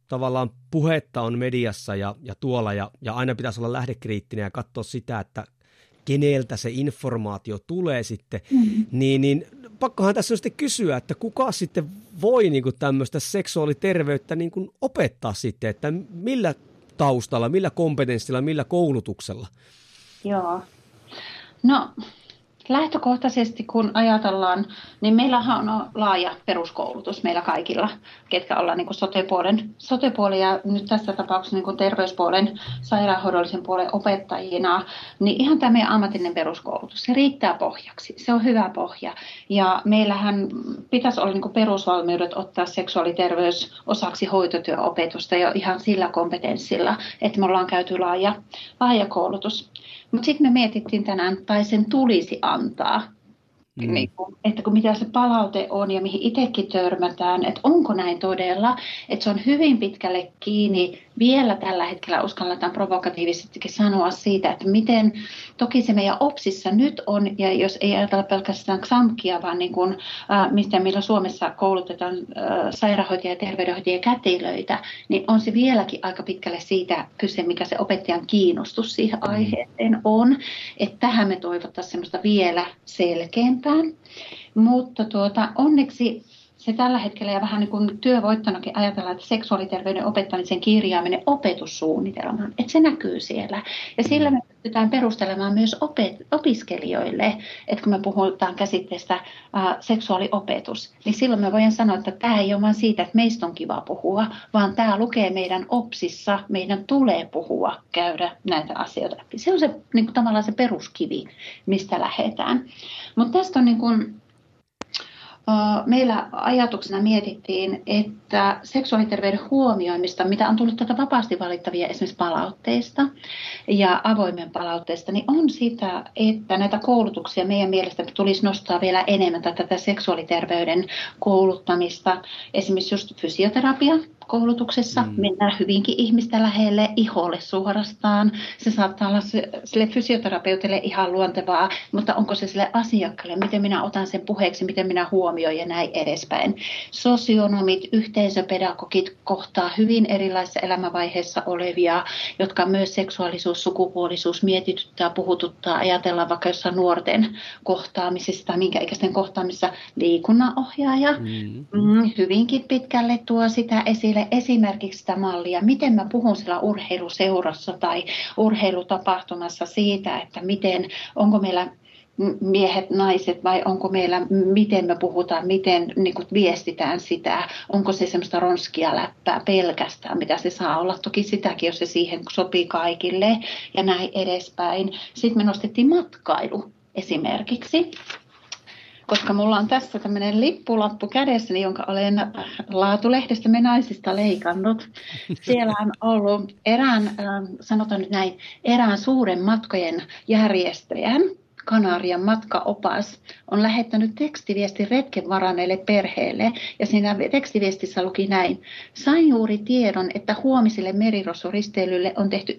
tavallaan puhetta on mediassa ja tuolla, ja aina pitäisi olla lähdekriittinen ja katsoa sitä, että keneltä se informaatio tulee sitten, niin pakkohan tässä on sitten kysyä, että kuka sitten voi niin kuin tämmöistä seksuaaliterveyttä niin kuin opettaa sitten, että millä taustalla, millä kompetenssilla, millä koulutuksella? Joo. No lähtökohtaisesti kun ajatellaan, niin meillähän on laaja peruskoulutus meillä kaikilla, ketkä ollaan niin kuin sote-puolen ja nyt tässä tapauksessa niin kuin terveyspuolen, sairaanhoidollisen puolen opettajina, niin ihan tämä meidän ammatillinen peruskoulutus, se riittää pohjaksi, se on hyvä pohja. Ja meillähän pitäisi olla niin kuin perusvalmiudet ottaa seksuaaliterveys osaksi hoitotyöopetusta jo ihan sillä kompetenssilla, että me ollaan käyty laaja koulutus. Mutta sitten me mietittiin tänään, tai sen tulisi antaa, että kun mitä se palaute on ja mihin itsekin törmätään, että onko näin todella, että se on hyvin pitkälle kiinni vielä tällä hetkellä, uskalletaan provokatiivisestikin sanoa siitä, että miten toki se meidän OPSissa nyt on, ja jos ei ajatella pelkästään XAMKia, vaan niin kuin, millä Suomessa koulutetaan sairaanhoitajia ja terveydenhoitajia kätilöitä, niin on se vieläkin aika pitkälle siitä kyse, mikä se opettajan kiinnostus siihen aiheeseen on, että tähän me toivottaisiin semmoista vielä selkeämpää. Mutta onneksi se tällä hetkellä ja vähän niin kuin työvoittanakin ajatellaan, että seksuaaliterveyden opettamisen kirjaaminen opetussuunnitelmaan, että se näkyy siellä. Ja sillä me pystytään perustelemaan myös opiskelijoille, että kun me puhutaan käsitteestä seksuaaliopetus, niin silloin me voidaan sanoa, että tämä ei ole vain siitä, että meistä on kiva puhua, vaan tämä lukee meidän OPSissa, meidän tulee puhua, käydä näitä asioita. Se on se niin kuin tavallaan se peruskivi, mistä lähdetään. Mutta tästä on niin kuin meillä ajatuksena mietittiin, että seksuaaliterveyden huomioimista, mitä on tullut tätä vapaasti valittavia esimerkiksi palautteista ja avoimen palautteista, niin on sitä, että näitä koulutuksia meidän mielestä tulisi nostaa vielä enemmän tätä seksuaaliterveyden kouluttamista. Esimerkiksi just fysioterapia koulutuksessa mennään hyvinkin ihmistä lähelle, iholle suorastaan. Se saattaa olla sille fysioterapeutille ihan luontevaa, mutta onko se sille asiakkaalle, miten minä otan sen puheeksi, miten minä huomioin ja näin edespäin. Sosionomit, yhteisöpedagogit kohtaa hyvin erilaisissa elämänvaiheissa olevia, jotka myös seksuaalisuus, sukupuolisuus mietityttää, puhututtaa, ajatellaan vaikka jossain nuorten kohtaamisista tai minkä ikäisten kohtaamissa liikunnanohjaaja hyvinkin pitkälle tuo sitä esille. Esimerkiksi sitä mallia, miten mä puhun siellä urheiluseurassa tai urheilutapahtumassa siitä, että onko meillä miehet, naiset vai onko meillä, miten me puhutaan, miten niin kuin viestitään sitä, onko se semmoista ronskia läppää pelkästään, mitä se saa olla. Toki sitäkin, jos se siihen sopii kaikille ja näin edespäin. Sitten me nostettiin matkailu esimerkiksi. Koska mulla on tässä tämmöinen lippulappu kädessäni, jonka olen Laatulehdestä me naisista leikannut. Siellä on ollut sanotaan nyt näin, erään suuren matkojen järjestäjän, Kanarian matkaopas, on lähettänyt tekstiviestin retken varanneille perheelle. Ja siinä tekstiviestissä luki näin: sain juuri tiedon, että huomiselle merirosvoristeilylle on tehty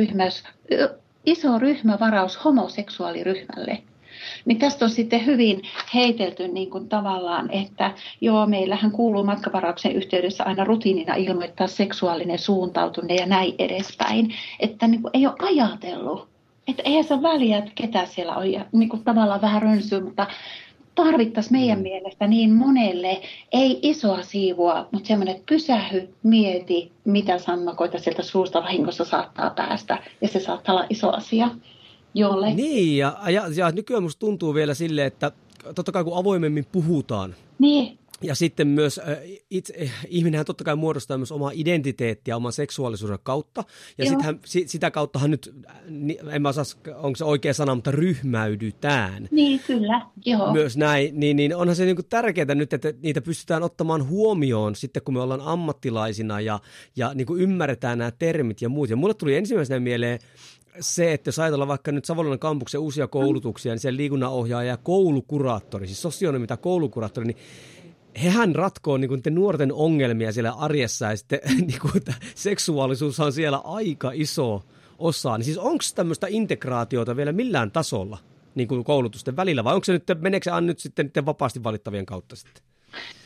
iso ryhmävaraus homoseksuaaliryhmälle. Niin tästä on sitten hyvin heitelty niin kuin tavallaan, että joo, meillähän kuuluu matkavarauksen yhteydessä aina rutiinina ilmoittaa seksuaalinen suuntautuminen ja näin edespäin. Että niin kuin ei ole ajatellut, että eihän se ole väliä, että ketä siellä on ja niin kuin tavallaan vähän rönsyy, mutta tarvittaisiin meidän mielestä niin monelle, ei isoa siivua, mutta semmoinen, että pysähy, mieti, mitä sammakoita sieltä suusta vahingossa saattaa päästä ja se saattaa olla iso asia. Jolle. Niin, ja nykyään musta tuntuu vielä silleen, että totta kai kun avoimemmin puhutaan, niin. Ja sitten myös ihminenhän totta kai muodostaa myös omaa identiteettiä oman seksuaalisuuden kautta. Ja sitä kauttahan nyt, en mä osaa, onko se oikea sana, mutta ryhmäydytään. Niin, kyllä, joo. Myös näin, niin onhan se niinku tärkeää nyt, että niitä pystytään ottamaan huomioon sitten, kun me ollaan ammattilaisina ja niinku ymmärretään nämä termit ja muut. Ja mulle tuli ensimmäisenä mieleen se, että jos ajatellaan vaikka nyt Savonlinnan kampuksen uusia koulutuksia, niin siellä liikunnanohjaaja ja koulukuraattori, siis sosionomi tai koulukuraattori, niin hehän ratkoo niin kuin nuorten ongelmia siellä arjessa ja sitten niin kuin, seksuaalisuus on siellä aika iso osa. Niin siis onko tämmöistä integraatiota vielä millään tasolla niin kuin koulutusten välillä vai onko se nyt, meneekö se nyt sitten vapaasti valittavien kautta sitten?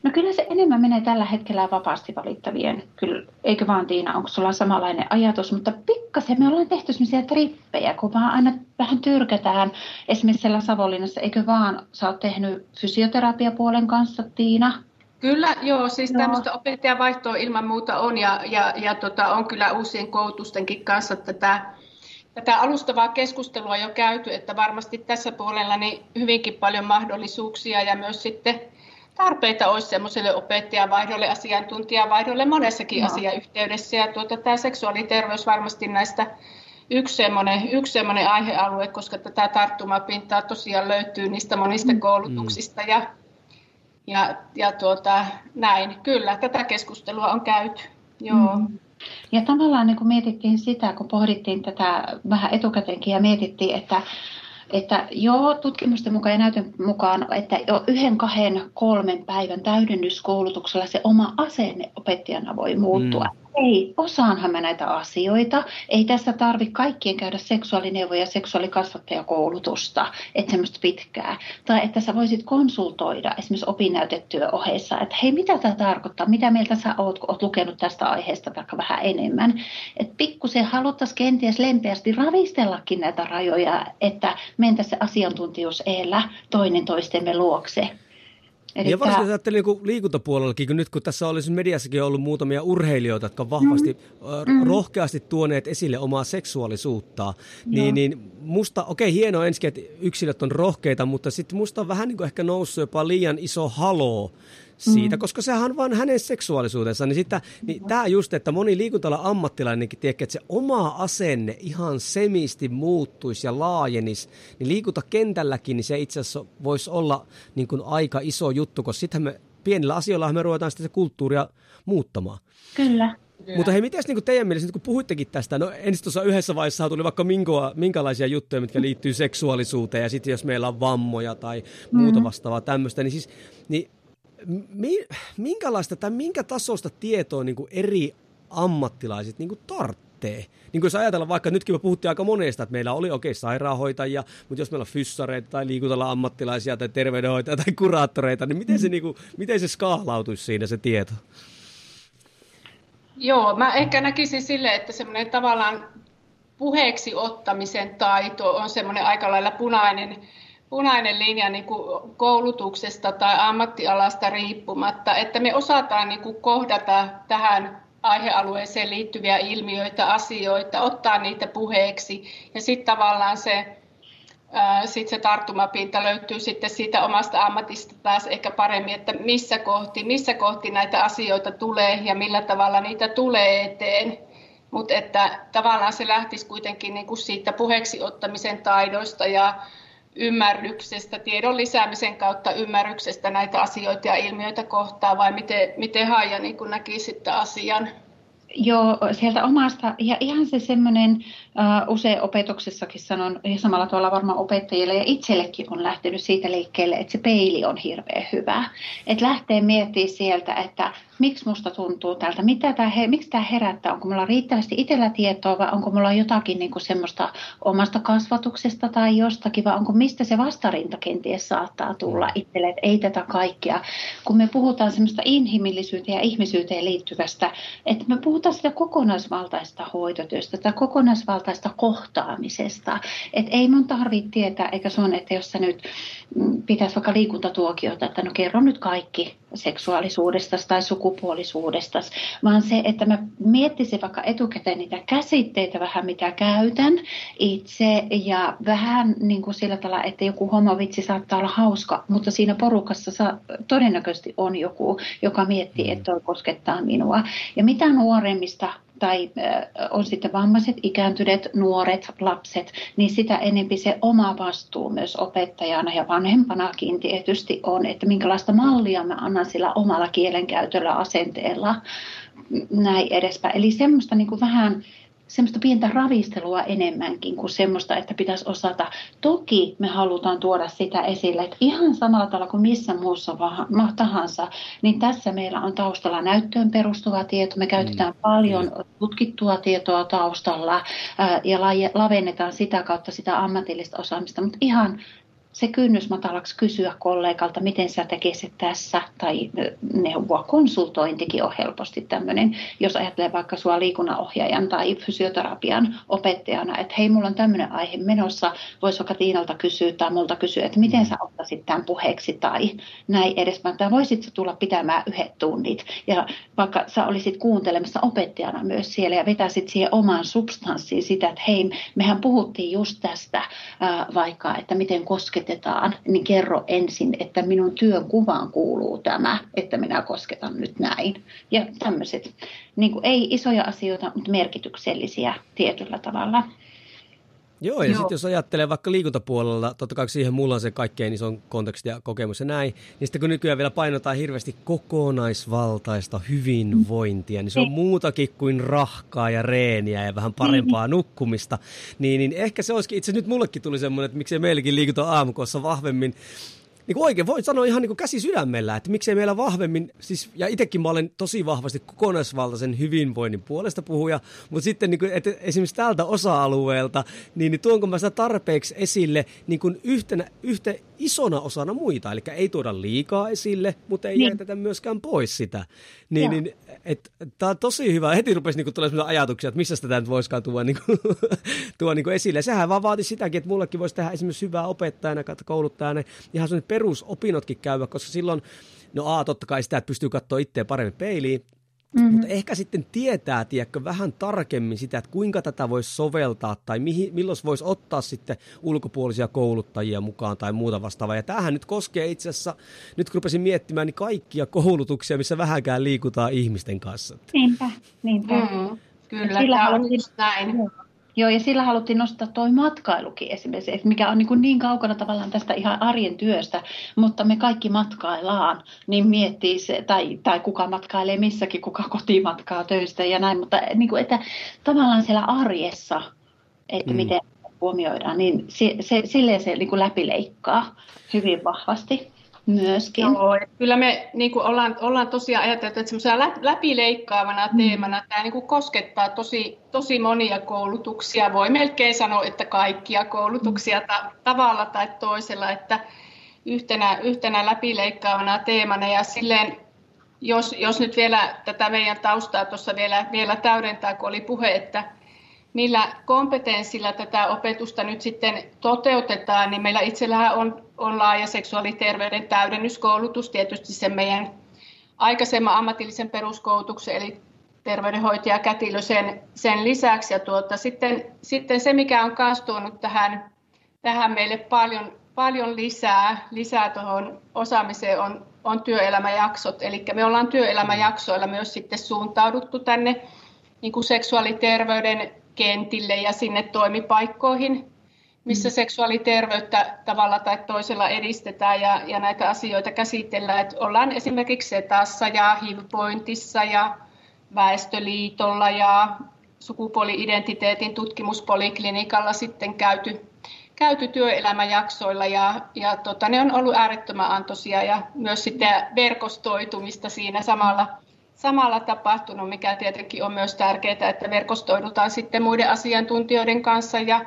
No kyllä se enemmän menee tällä hetkellä vapaasti valittavien. Kyllä, eikö vaan Tiina, onko sulla samanlainen ajatus? Mutta pikkasen me ollaan tehty sellaisia trippejä, kun vaan aina vähän tyrkätään. Esimerkiksi siellä Savonlinnassa, eikö vaan sä oot tehnyt fysioterapiapuolen kanssa, Tiina? Kyllä, joo, siis tämmöistä opettajavaihtoa ilman muuta on ja on kyllä uusien koulutustenkin kanssa tätä alustavaa keskustelua jo käyty, että varmasti tässä puolella niin hyvinkin paljon mahdollisuuksia ja myös sitten tarpeita olisi semmoiselle opettajavaihdolle, asiantuntijavaihdolle monessakin asiayhteydessä. Ja tämä seksuaaliterveys varmasti näistä yksi semmoinen aihealue, koska tätä tarttumapintaa tosiaan löytyy niistä monista koulutuksista ja näin. Kyllä, tätä keskustelua on käyty. Joo. Ja tavallaan niin kun mietittiin sitä, kun pohdittiin tätä vähän etukäteenkin ja mietittiin, että joo, tutkimusten mukaan ja näytön mukaan, että jo 1, 2, 3 päivän täydennyskoulutuksella se oma asenne opettajana voi muuttua. Ei, osaanhan mä näitä asioita. Ei tässä tarvitse kaikkien käydä seksuaalineuvoja ja seksuaalikasvattajakoulutusta, että semmoista pitkää. Tai että sä voisit konsultoida esimerkiksi opinnäytetyön ohessa, että hei, mitä tämä tarkoittaa, mitä mieltä sä oot, kun oot lukenut tästä aiheesta vaikka vähän enemmän. Että pikkusen haluttaisiin kenties lempeästi ravistellakin näitä rajoja, että mentäisiin se asiantuntijuus eellä toinen toistemme luokse. Ja varsinkin ajattelin niin liikuntapuolellakin, kun nyt kun tässä olisi mediassakin ollut muutamia urheilijoita, jotka vahvasti, rohkeasti tuoneet esille omaa seksuaalisuuttaan, niin musta, hienoa ensinnäkin, että yksilöt on rohkeita, mutta sitten musta on vähän niin kuin ehkä noussut jopa liian iso haloo siitä, koska sehän on vaan hänen seksuaalisuutensa. Niin tämä just, että moni liikuntala ammattilainenkin tiedätkö, että se oma asenne ihan semisti muuttuisi ja laajenisi, niin liikuntakentälläkin niin se itse asiassa voisi olla niin kuin aika iso juttu, koska sittenhän me pienillä asioilla me ruvetaan sitten se kulttuuria muuttamaan. Kyllä. Mutta hei, mites niin teidän mielestä, kun puhuittekin tästä, no ensin tuossa yhdessä vaiheessa tuli vaikka minkälaisia juttuja, mitkä liittyy seksuaalisuuteen, ja sitten jos meillä on vammoja tai muuta vastaavaa tämmöistä, niin siis minkälaista tai minkä tasoista tietoa niin kuin eri ammattilaiset niin kuin tarvitsee? Niin kuin jos ajatellaan vaikka, nytkin me puhuttiin aika monesta, että meillä oli sairaanhoitajia, mutta jos meillä on fyssareita tai liikuntala ammattilaisia tai terveydenhoitajia tai kuraattoreita, niin miten se skaalautuisi siinä se tieto? Joo, mä ehkä näkisin sille, että semmoinen tavallaan puheeksi ottamisen taito on semmoinen aika lailla punainen linja niin kuin koulutuksesta tai ammattialasta riippumatta, että me osataan niin kuin kohdata tähän aihealueeseen liittyviä ilmiöitä, asioita, ottaa niitä puheeksi ja sitten tavallaan se tarttumapinta löytyy sitten siitä omasta ammatista taas ehkä paremmin, että missä kohti näitä asioita tulee ja millä tavalla niitä tulee eteen. Mutta että tavallaan se lähtisi kuitenkin niin kuin siitä puheeksi ottamisen taidoista ja ymmärryksestä, tiedon lisäämisen kautta ymmärryksestä näitä asioita ja ilmiöitä kohtaan, vai miten Haija niin kuin näki sitten asian? Joo, sieltä omasta, ja ihan se semmoinen, usein opetuksessakin sanon, ja samalla tavalla varmaan opettajille ja itsellekin on lähtenyt siitä liikkeelle, että se peili on hirveän hyvä. Että lähtee miettimään sieltä, että miksi musta tuntuu tältä, miksi tämä herättää, onko mulla riittävästi itsellä tietoa vai onko mulla jotakin niin kuin semmoista omasta kasvatuksesta tai jostakin, vai onko mistä se vastarinta kenties saattaa tulla itselle, että ei tätä kaikkea. Kun me puhutaan semmoista inhimillisyyteen ja ihmisyyteen liittyvästä, että me puhutaan sitä kokonaisvaltaista hoitotyöstä tai kokonaisvaltaista kohtaamisesta, että ei mun tarvitse tietää, eikä se on, että jos sä nyt pitäisi vaikka liikuntatuokiota, että no kerro nyt kaikki seksuaalisuudesta tai sukupuolisuudesta, vaan se, että mä miettisin vaikka etukäteen niitä käsitteitä vähän, mitä käytän itse ja vähän niin kuin sillä tavalla, että joku homovitsi saattaa olla hauska, mutta siinä porukassa todennäköisesti on joku, joka miettii, että toi koskettaa minua. Ja mitä nuoremmista tai on sitten vammaiset, ikääntyneet, nuoret, lapset, niin sitä enemmän se oma vastuu myös opettajana ja vanhempanakin tietysti on, että minkälaista mallia mä annan sillä omalla kielenkäytöllä, asenteella, näin edespäin. Eli semmoista niin kuin vähän semmoista pientä ravistelua enemmänkin kuin semmoista, että pitäisi osata. Toki me halutaan tuoda sitä esille, että ihan samalla tavalla kuin missä muussa tahansa, niin tässä meillä on taustalla näyttöön perustuva tieto. Me käytetään paljon tutkittua tietoa taustalla ja lavennetaan sitä kautta sitä ammatillista osaamista, mutta ihan se kynnys matalaksi kysyä kollegalta, miten sä tekisit tässä, tai neuvoa. Konsultointikin on helposti tämmöinen, jos ajattelee vaikka sua liikunnanohjaajan tai fysioterapian opettajana, että hei, mulla on tämmöinen aihe menossa, voisi vaikka Tiinalta kysyä tai multa kysyä, että miten sä ottaisit tämän puheeksi tai näin edespäin, tai voisit sä tulla pitämään 1 tunnit, ja vaikka sä olisit kuuntelemassa opettajana myös siellä ja vetäisit siihen omaan substanssiin sitä, että hei, mehän puhuttiin just tästä vaikka, että miten kosketetaan, niin kerro ensin, että minun työnkuvaan kuuluu tämä, että minä kosketan nyt näin. Ja tämmöiset, niin kuin ei isoja asioita, mutta merkityksellisiä tietyllä tavalla. Joo, ja sitten jos ajattelee vaikka liikuntapuolella, totta kai siihen mulla on se kaikkein ison konteksti ja kokemus ja näin, niin sitten kun nykyään vielä painotaan hirveästi kokonaisvaltaista hyvinvointia, niin se on muutakin kuin rahkaa ja reeniä ja vähän parempaa nukkumista, niin ehkä se olisikin, itse nyt mullekin tuli semmoinen, että miksei meilläkin liikuta aamukossa vahvemmin, niin kuin oikein voin sanoa ihan niin kuin käsi sydämellä, että miksei meillä vahvemmin, siis, ja itsekin mä olen tosi vahvasti kokonaisvaltaisen hyvinvoinnin puolesta puhuja, mutta sitten niin kuin, että esimerkiksi tältä osa-alueelta, niin tuonko mä sitä tarpeeksi esille niin kuin yhtä isona osana muita, eli ei tuoda liikaa esille, mutta ei jätetä myöskään pois sitä. Tämä on tosi hyvä. Heti rupesi niin tulemaan sellaisia ajatuksia, että missä sitä nyt voisikaan tuoda niin esille. Ja sehän vaan vaati sitäkin, että mullekin voisi tehdä esimerkiksi hyvää opettajana, kouluttajana, ihan sellainen perusopinnotkin käydä, koska silloin, totta kai sitä, että pystyy katsoa itseä paremmin peiliin, mutta ehkä sitten tietää, tiedätkö, vähän tarkemmin sitä, että kuinka tätä voisi soveltaa tai milloin voisi ottaa sitten ulkopuolisia kouluttajia mukaan tai muuta vastaavaa. Ja tämähän nyt koskee itse asiassa, nyt kun rupesin miettimään, niin kaikkia koulutuksia, missä vähänkään liikutaan ihmisten kanssa. Niinpä. Kyllä, tämä on just näin. Joo, ja sillä haluttiin nostaa toi matkailukin esimerkiksi, mikä on niin kaukana tavallaan tästä ihan arjen työstä, mutta me kaikki matkaillaan, niin miettii se, tai kuka matkailee missäkin, kuka kotimatkaa töistä ja näin, mutta niin kuin, että tavallaan siellä arjessa, että miten huomioidaan, niin silleen se niin kuin läpileikkaa hyvin vahvasti. Myöskin. Joo, kyllä me niin kuin ollaan tosiaan ajateltu, että semmoisena läpileikkaavana teemana tämä niin kuin koskettaa tosi monia koulutuksia. Voi melkein sanoa, että kaikkia koulutuksia tavalla tai toisella, että yhtenä läpileikkaavana teemana. Ja silleen, jos nyt vielä tätä meidän taustaa tuossa vielä täydentää, kun oli puhe, että millä kompetenssilla tätä opetusta nyt sitten toteutetaan, niin meillä itsellähän on laaja seksuaaliterveyden täydennyskoulutus, tietysti sen meidän aikaisemman ammatillisen peruskoulutuksen, eli terveydenhoitaja Kätilö sen lisäksi. Ja sitten se, mikä on myös tuonut tähän meille paljon lisää tuohon osaamiseen, on työelämäjaksot. Eli me ollaan työelämäjaksoilla myös sitten suuntauduttu tänne niin kuin seksuaaliterveyden kentille ja sinne toimipaikkoihin, missä seksuaaliterveyttä tavalla tai toisella edistetään ja näitä asioita käsitellään. Että ollaan esimerkiksi SETassa ja HIV-pointissa ja Väestöliitolla ja sukupuoli-identiteetin tutkimuspoliklinikalla sitten käyty työelämäjaksoilla ja ne on ollut äärettömän antoisia ja myös sitten verkostoitumista siinä samalla tapahtunut, mikä tietenkin on myös tärkeää, että verkostoidutaan sitten muiden asiantuntijoiden kanssa ja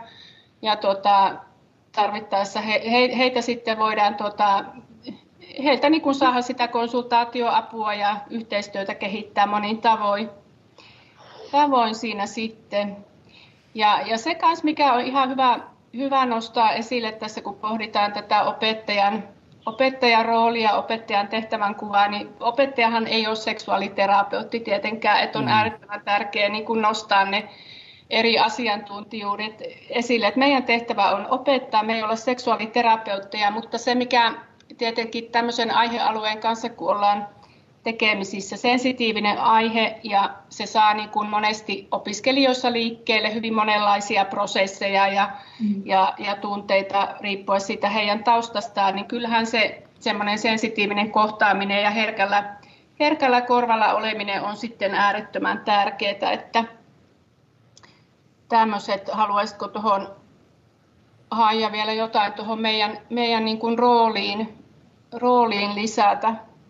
tarvittaessa heitä sitten voidaan heiltä niin kuin saada sitä konsultaatioapua ja yhteistyötä kehittää monin tavoin siinä sitten. Ja se kanssa, mikä on ihan hyvä nostaa esille tässä, kun pohditaan tätä opettajan roolia, opettajan tehtävänkuvaa, niin opettajahan ei ole seksuaaliterapeutti tietenkään, että on äärettömän tärkeää niin kuin nostaa ne eri asiantuntijuudet esille. Että meidän tehtävä on opettaa, me ei olla seksuaaliterapeutteja, mutta se mikä tietenkin tämmöisen aihealueen kanssa, kun ollaan tekemisissä, sensitiivinen aihe ja se saa niin kuin monesti opiskelijoissa liikkeelle hyvin monenlaisia prosesseja ja tunteita riippuen siitä heidän taustastaan, niin kyllähän se semmoinen sensitiivinen kohtaaminen ja herkällä korvalla oleminen on sitten äärettömän tärkeää, että tämmöiset, haluaisitko tuohon Haija vielä jotain tuohon meidän niin kuin rooliin lisätä?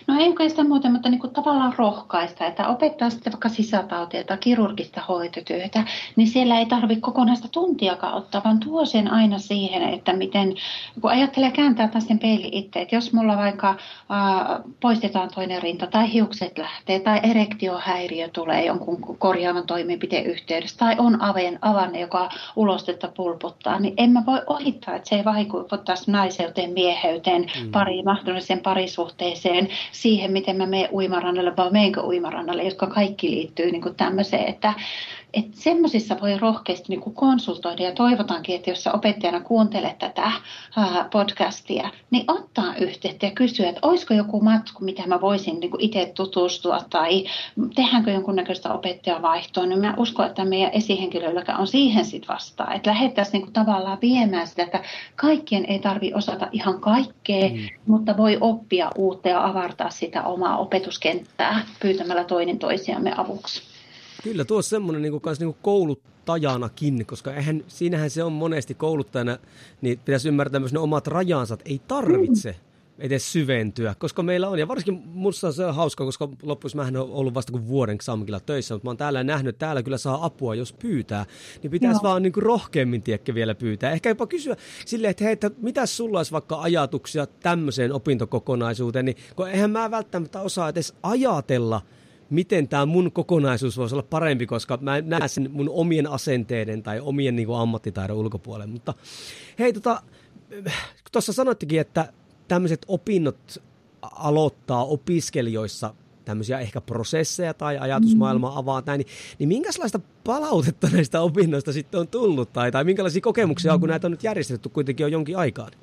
No ei oikeastaan muuten, mutta niin kuin tavallaan rohkaista, että opettaa sitten vaikka sisätautia tai kirurgista hoitotyötä, niin siellä ei tarvitse kokonaista tuntiakaan ottaa, vaan tuo sen aina siihen, että miten, kun ajattelee kääntää taas sen peilin itse, että jos mulla vaikka poistetaan toinen rinta tai hiukset lähtee tai erektiohäiriö tulee jonkun korjaavan toimenpiteen yhteydessä tai on avanne, joka ulostetta pulputtaa, niin en mä voi ohittaa, että se ei vaikuttaisi naiseuteen, mieheyteen, mahdolliseen parisuhteeseen, siihen, miten mä menen uimarannalle, vai meenkö uimarannalle, jotka kaikki liittyy niin kuin tämmöiseen, että semmoisissa voi rohkeasti niin kuin konsultoida ja toivotankin, että jos sä opettajana kuuntelet tätä podcastia, niin ottaa yhteyttä ja kysyä, että olisiko joku matku, mitä mä voisin niin kuin itse tutustua tai tehdäänkö jonkunnäköistä opettajavaihtoa, niin mä uskon, että meidän esihenkilöilläkään on siihen sitten vastaan, että lähdettäisiin niin kuin tavallaan viemään sitä, että kaikkien ei tarvitse osata ihan kaikkea, mutta voi oppia uutta ja avartaa sitä omaa opetuskenttää pyytämällä toinen toisiamme avuksi. Kyllä, tuo on semmoinen niin kuin kouluttajanakin, koska siinähän se on monesti kouluttajana, niin pitäisi ymmärtää myös ne omat rajansa, että ei tarvitse edes syventyä, koska meillä on, ja varsinkin minusta se on hauska, koska loppuisi mähän olen ollut vasta kuin vuoden Xamkilla töissä, mutta mä oon täällä nähnyt, että täällä kyllä saa apua, jos pyytää, niin pitäisi vaan niin kuin rohkeammin vielä pyytää. Ehkä jopa kysyä silleen, että hei, että mitäs sulla olisi vaikka ajatuksia tämmöiseen opintokokonaisuuteen, niin kun eihän mä välttämättä osaa edes ajatella, miten tämä mun kokonaisuus voisi olla parempi, koska mä näen sen mun omien asenteiden tai omien niin kuin ammattitaidon ulkopuolelle. Mutta hei, tuossa sanoittekin, että tämmöiset opinnot aloittaa opiskelijoissa tämmöisiä ehkä prosesseja tai ajatusmaailmaa avaa näin, niin minkälaista palautetta näistä opinnoista sitten on tullut tai minkälaisia kokemuksia on, kun näitä on nyt järjestetty kuitenkin jo jonkin aikaan?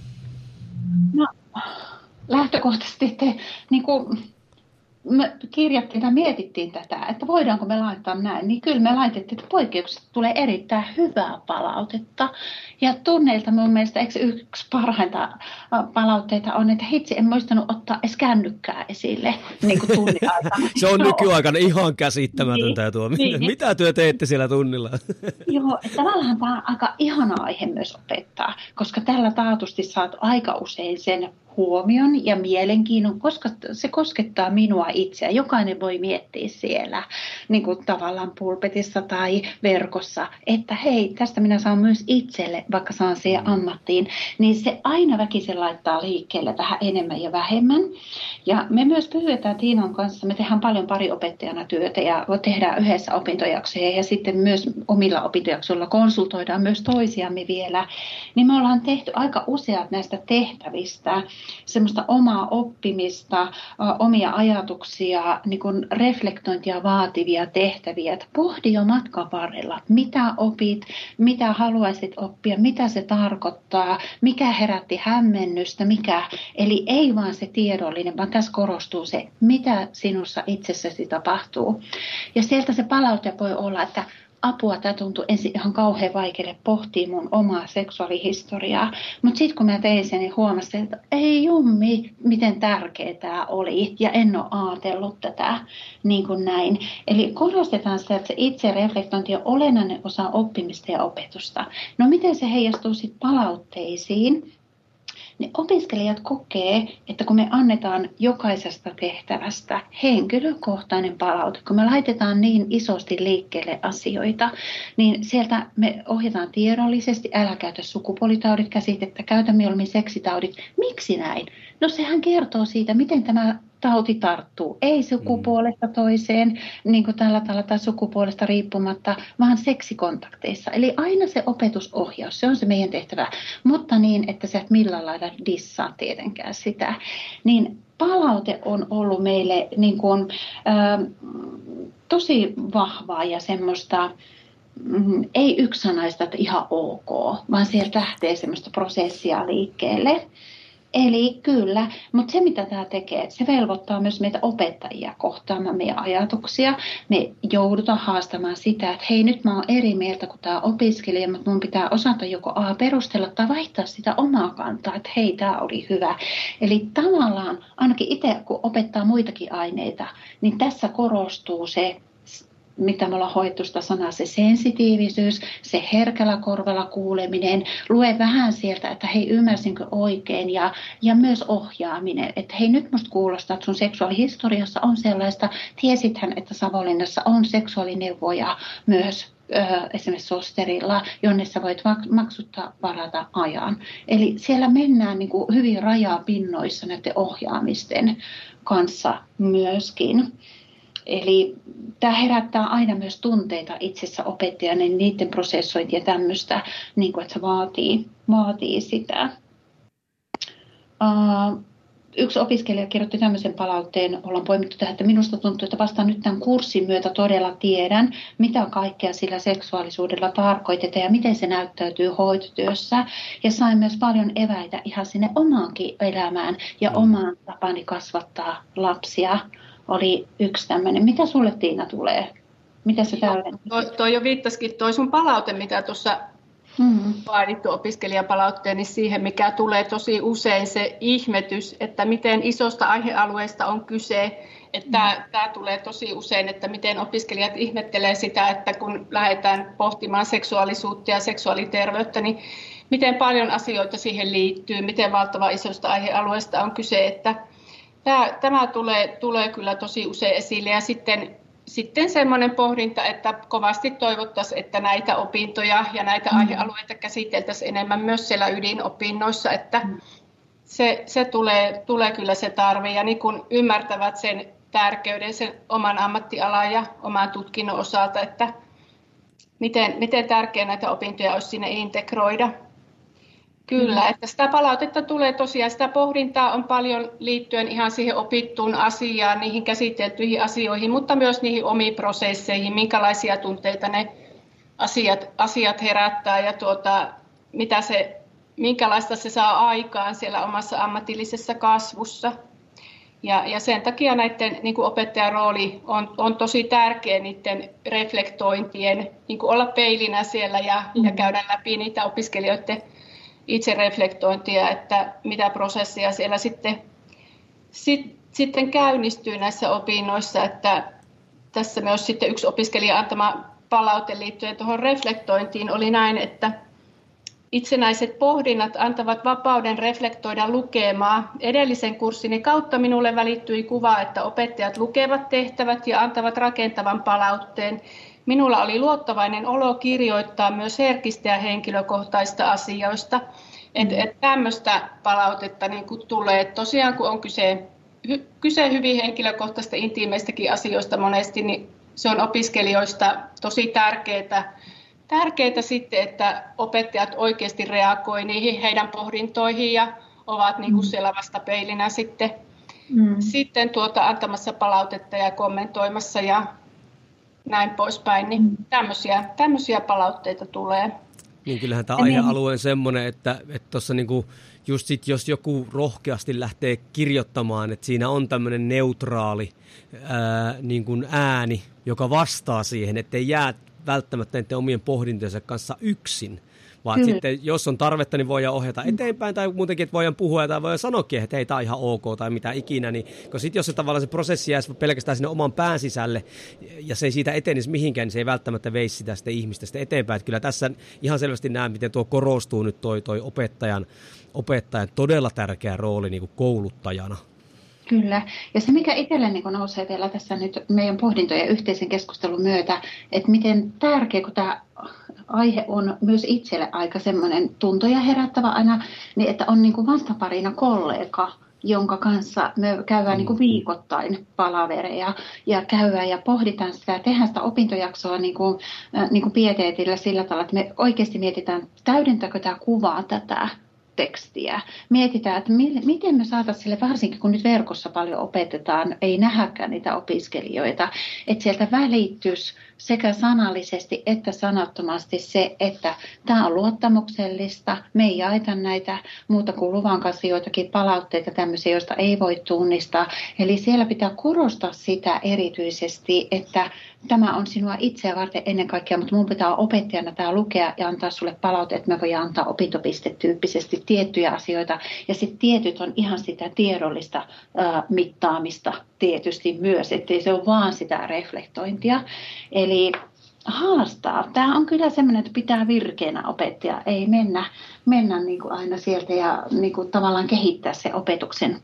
No, lähtökohtaisesti niin kuin me kirjattiin tai mietittiin tätä, että voidaanko me laittaa näin, niin kyllä me laitettiin, että poikkeuksesta tulee erittäin hyvää palautetta. Ja tunneilta mun mielestä yksi parhaita palautteita on, että hitsi, en muistanut ottaa edes kännykkää esille niin kuin tunnin aikana. Se on nykyaikana ihan käsittämätöntä tuo. Mitä työ teette siellä tunnilla? Joo, tavallaan tämä on aika ihana aihe myös opettaa, koska tällä taatusti saat aika usein sen huomion ja mielenkiinnon, koska se koskettaa minua itseä. Jokainen voi miettiä siellä niin kuin tavallaan pulpetissa tai verkossa, että hei, tästä minä saan myös itselle, vaikka saan siihen ammattiin, niin se aina väkisin laittaa liikkeelle vähän enemmän ja vähemmän. Ja me myös pyydetään Tiinan kanssa, me tehdään paljon pariopettajana työtä ja tehdään yhdessä opintojaksoja ja sitten myös omilla opintojaksoilla konsultoidaan myös toisiamme vielä. Niin me ollaan tehty aika useat näistä tehtävistä, semmoista omaa oppimista, omia ajatuksia, niin kuin reflektointia vaativia tehtäviä. Että pohdi jo matkan varrella, mitä opit, mitä haluaisit oppia, mitä se tarkoittaa, mikä herätti hämmennystä, mikä. Eli ei vaan se tiedollinen, vaan tässä korostuu se, mitä sinussa itsessäsi tapahtuu. Ja sieltä se palaute voi olla, että apua, tämä tuntuu ensin ihan kauhean vaikealle pohtia mun omaa seksuaalihistoriaa. Mutta sitten kun mä tein sen, niin huomasin, että ei jummi, miten tärkeä tämä oli. Ja en ole ajatellut tätä niin kuin näin. Eli korostetaan sitä, että se itse reflektointi on olennainen osa oppimista ja opetusta. No miten se heijastuu sitten palautteisiin? Niin opiskelijat kokee, että kun me annetaan jokaisesta tehtävästä henkilökohtainen palaute, kun me laitetaan niin isosti liikkeelle asioita, niin sieltä me ohjataan tiedollisesti, älä käytä sukupuolitaudit käsitettä, käytä mieluummin seksitaudit. Miksi näin? No sehän kertoo siitä, miten tämä tauti tarttuu. Ei sukupuolesta toiseen, niin kuin tällä tavalla tai sukupuolesta riippumatta, vaan seksikontakteissa. Eli aina se opetusohjaus, se on se meidän tehtävä, mutta niin, että sä et millään lailla dissaa tietenkään sitä. Niin palaute on ollut meille niin kuin, tosi vahvaa ja semmoista, ei yksisanaista, että ihan ok, vaan sieltä lähtee semmoista prosessia liikkeelle. Eli kyllä, mutta se mitä tämä tekee, se velvoittaa myös meitä opettajia kohtaamaan meidän ajatuksia. Me joudutaan haastamaan sitä, että hei, nyt mä oon eri mieltä kuin tämä opiskelija, mutta mun pitää osata joko perustella tai vaihtaa sitä omaa kantaa, että hei, tämä oli hyvä. Eli tavallaan ainakin itse, kun opettaa muitakin aineita, niin tässä korostuu se mitä me ollaan hoidettu sitä sanaa, se sensitiivisyys, se herkällä korvalla kuuleminen, lue vähän sieltä, että hei, ymmärsinkö oikein, ja myös ohjaaminen, että hei, nyt musta kuulostaa, että sun seksuaalihistoriassa on sellaista, tiesithän, että Savonlinnassa on seksuaalineuvoja myös esimerkiksi Sosterilla, jonne sä voit maksutta varata ajan. Eli siellä mennään niin kuin hyvin rajapinnoissa näiden ohjaamisten kanssa myöskin. Eli tämä herättää aina myös tunteita itsessä opettajana, niin niiden prosessointia ja tämmöistä, niin kuin, että se vaatii sitä. Yksi opiskelija kirjoitti tämmöisen palautteen, ollaan poimittu tähän, että minusta tuntuu, että vasta nyt tämän kurssin myötä todella tiedän, mitä kaikkea sillä seksuaalisuudella tarkoitetaan ja miten se näyttäytyy hoitotyössä. Ja sain myös paljon eväitä ihan sinne omaankin elämään ja omaan tapani kasvattaa lapsia. Oli yksi tämmöinen. Mitä sulle, Tiina, tulee? Mitä se täydentää? Toi jo viittasikin, toi sun palaute, mitä tuossa vaadittu opiskelijapalautteen, niin siihen, mikä tulee tosi usein se ihmetys, että miten isosta aihealueesta on kyse. Että tämä tulee tosi usein, että miten opiskelijat ihmettelee sitä, että kun lähdetään pohtimaan seksuaalisuutta ja seksuaaliterveyttä, niin miten paljon asioita siihen liittyy, miten valtava isosta aihealueesta on kyse, että tämä tulee kyllä tosi usein esille ja sitten semmoinen pohdinta, että kovasti toivottaisiin, että näitä opintoja ja näitä aihealueita käsiteltäisiin enemmän myös siellä ydinopinnoissa, että se tulee kyllä se tarve ja niin kun ymmärtävät sen tärkeyden sen oman ammattialan ja oman tutkinnon osalta, että miten tärkeää näitä opintoja olisi sinne integroida. Kyllä, että sitä palautetta tulee tosiaan, sitä pohdintaa on paljon liittyen ihan siihen opittuun asiaan, niihin käsiteltyihin asioihin, mutta myös niihin omiin prosesseihin, minkälaisia tunteita ne asiat herättää ja minkälaista se saa aikaan siellä omassa ammatillisessa kasvussa. Ja sen takia näiden niin kuin opettajan rooli on tosi tärkeä niiden reflektointien, niin kuin olla peilinä siellä ja käydä läpi niitä opiskelijoiden itse reflektointia, että mitä prosessia siellä sitten käynnistyy näissä opinnoissa. Että tässä myös sitten yksi opiskelija antama palaute liittyen tuohon reflektointiin oli näin, että itsenäiset pohdinnat antavat vapauden reflektoida lukemaa. Edellisen kurssini kautta minulle välittyi kuva, että opettajat lukevat tehtävät ja antavat rakentavan palautteen. Minulla oli luottavainen olo kirjoittaa myös herkistä ja henkilökohtaisista asioista. Tämmöistä palautetta niin kun tulee. Et tosiaan kun on kyse hyvin henkilökohtaisista intiimeistäkin asioista monesti, niin se on opiskelijoista tosi tärkeää sitten, että opettajat oikeasti reagoi niihin heidän pohdintoihin ja ovat niin kuin siellä vastapeilinä sitten antamassa palautetta ja kommentoimassa ja näin poispäin, niin tämmöisiä palautteita tulee. Niin kyllähän tämä aihealue on semmoinen, että tuossa niinku just sit, jos joku rohkeasti lähtee kirjoittamaan, että siinä on tämmöinen neutraali niin kuin ääni, joka vastaa siihen, ettei jää välttämättä niiden omien pohdintojensa kanssa yksin, vaan sitten jos on tarvetta, niin voidaan ohjata eteenpäin tai muutenkin, että voidaan puhua tai voidaan sanoakin, että hei, tämä on ihan ok tai mitä ikinä, niin sitten jos se tavallaan se prosessi jäisi pelkästään sinne oman pään sisälle ja se ei siitä etenisi mihinkään, niin se ei välttämättä veisi sitä sitten ihmistä sitten eteenpäin. Että kyllä tässä ihan selvästi näen, miten tuo korostuu nyt toi opettajan todella tärkeä rooli niin kuin kouluttajana. Kyllä. Ja se, mikä itselle niin nousee vielä tässä nyt meidän pohdintojen yhteisen keskustelun myötä, että miten tärkeä, kun tämä aihe on myös itselle aika semmoinen tuntoja herättävä aina, niin että on niin kuin vastaparina kollega, jonka kanssa me käydään niin kuin viikoittain palavereja ja käydään ja pohditaan sitä ja tehdään sitä opintojaksoa niin kuin pieteetillä sillä tavalla, että me oikeasti mietitään, täydentääkö tämä kuvaa tätä tekstiä. Mietitään, että miten me saataisiin sille, varsinkin kun nyt verkossa paljon opetetaan, ei nähdäkään niitä opiskelijoita, että sieltä välittyisi sekä sanallisesti että sanattomasti se, että tämä on luottamuksellista, me ei jaeta näitä muuta kuin luvan kanssa joitakin palautteita, tämmöisiä, joista ei voi tunnistaa. Eli siellä pitää korostaa sitä erityisesti, että tämä on sinua itseä varten ennen kaikkea, mutta minun pitää opettajana tämä lukea ja antaa sulle palaute, että me voidaan antaa opintopistetyyppisesti tiettyjä asioita. Ja sitten tietyt on ihan sitä tiedollista mittaamista, tietysti myös, ettei se ole vaan sitä reflektointia. Eli haastaa. Tämä on kyllä semmoinen, että pitää virkeänä opettaja, ei mennä niin kuin aina sieltä ja niin kuin tavallaan kehittää se opetuksen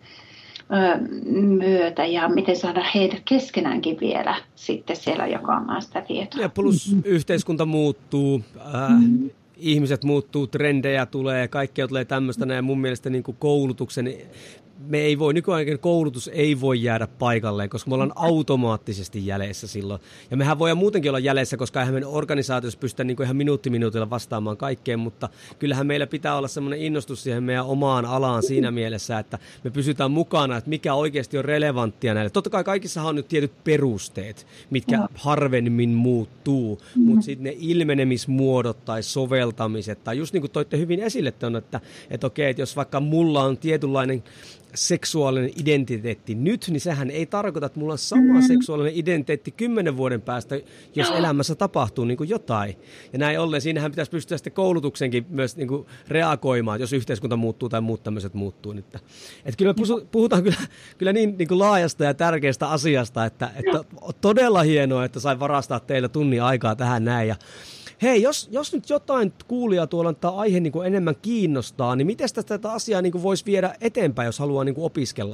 myötä ja miten saada heidät keskenäänkin vielä sitten siellä jakamaan sitä tietoa. Ja plus yhteiskunta muuttuu, ihmiset muuttuu, trendejä tulee, kaikkea tulee tämmöistä ja mun mielestä niin kuin koulutuksen nykyaikainen koulutus ei voi jäädä paikalleen, koska me ollaan automaattisesti jäljessä silloin. Ja mehän voidaan muutenkin olla jäljessä, koska eihän meidän organisaatiossa pystytä niin kuin ihan minuutilla vastaamaan kaikkeen, mutta kyllähän meillä pitää olla semmoinen innostus siihen meidän omaan alaan siinä mielessä, että me pysytään mukana, että mikä oikeasti on relevanttia näille. Totta kai kaikissahan on nyt tietyt perusteet, mitkä harvemmin muuttuu, mutta sitten ne ilmenemismuodot tai soveltamiset, tai just niin kuin toitte hyvin esille, että okei, että jos vaikka mulla on tietynlainen seksuaalinen identiteetti nyt, niin sehän ei tarkoita, että mulla on sama seksuaalinen identiteetti 10 vuoden päästä, jos elämässä tapahtuu niin kuin jotain. Ja näin ollen, siinähän pitäisi pystyä sitten koulutuksenkin myös niin kuin reagoimaan, jos yhteiskunta muuttuu tai muut tämmöiset muuttuu. Että kyllä me puhutaan kyllä niin kuin laajasta ja tärkeästä asiasta, että todella hienoa, että sain varastaa teiltä tunnin aikaa tähän näin. Ja hei, jos nyt jotain kuulijaa tuolla tämä aihe niin kuin enemmän kiinnostaa, niin miten tätä asiaa niin kuin voisi viedä eteenpäin, jos haluaa niin kuin opiskella?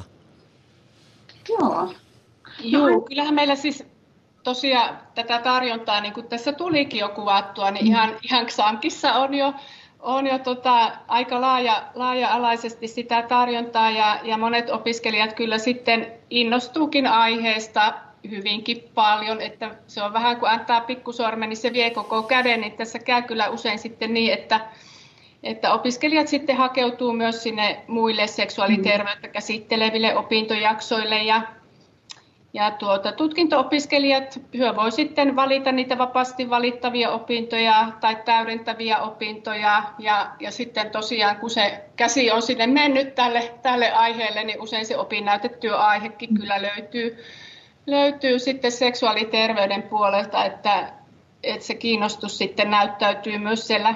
Joo, kyllähän meillä siis tosiaan tätä tarjontaa, niin kuin tässä tulikin jo kuvattua, niin ihan XAMKissa on jo aika laaja-alaisesti sitä tarjontaa ja monet opiskelijat kyllä sitten innostuukin aiheesta hyvinkin paljon, että se on vähän kuin antaa pikkusormen, niin se vie koko käden, niin tässä käy kyllä usein sitten niin, että opiskelijat sitten hakeutuu myös sinne muille seksuaaliterveyttä käsitteleville opintojaksoille ja tutkinto-opiskelijat voi sitten valita niitä vapaasti valittavia opintoja tai täydentäviä opintoja ja sitten tosiaan kun se käsi on sinne mennyt tälle aiheelle, niin usein se opinnäytetyöaihekin kyllä löytyy sitten seksuaaliterveyden puolelta, että se kiinnostus sitten näyttäytyy myös siellä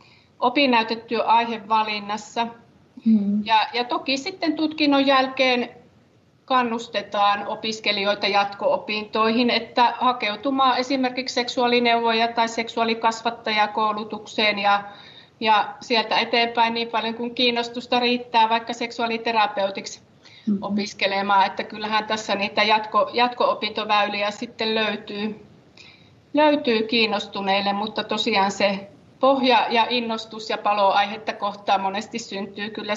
opinnäytetyöaihevalinnassa. Ja toki sitten tutkinnon jälkeen kannustetaan opiskelijoita jatko-opintoihin, että hakeutumaan esimerkiksi seksuaalineuvoja tai seksuaalikasvattajakoulutukseen ja sieltä eteenpäin niin paljon kuin kiinnostusta riittää vaikka seksuaaliterapeutiksi opiskelemaan, että kyllähän tässä niitä jatko-opintoväyliä sitten löytyy kiinnostuneille, mutta tosiaan se pohja ja innostus ja paloaihetta kohtaan monesti syntyy kyllä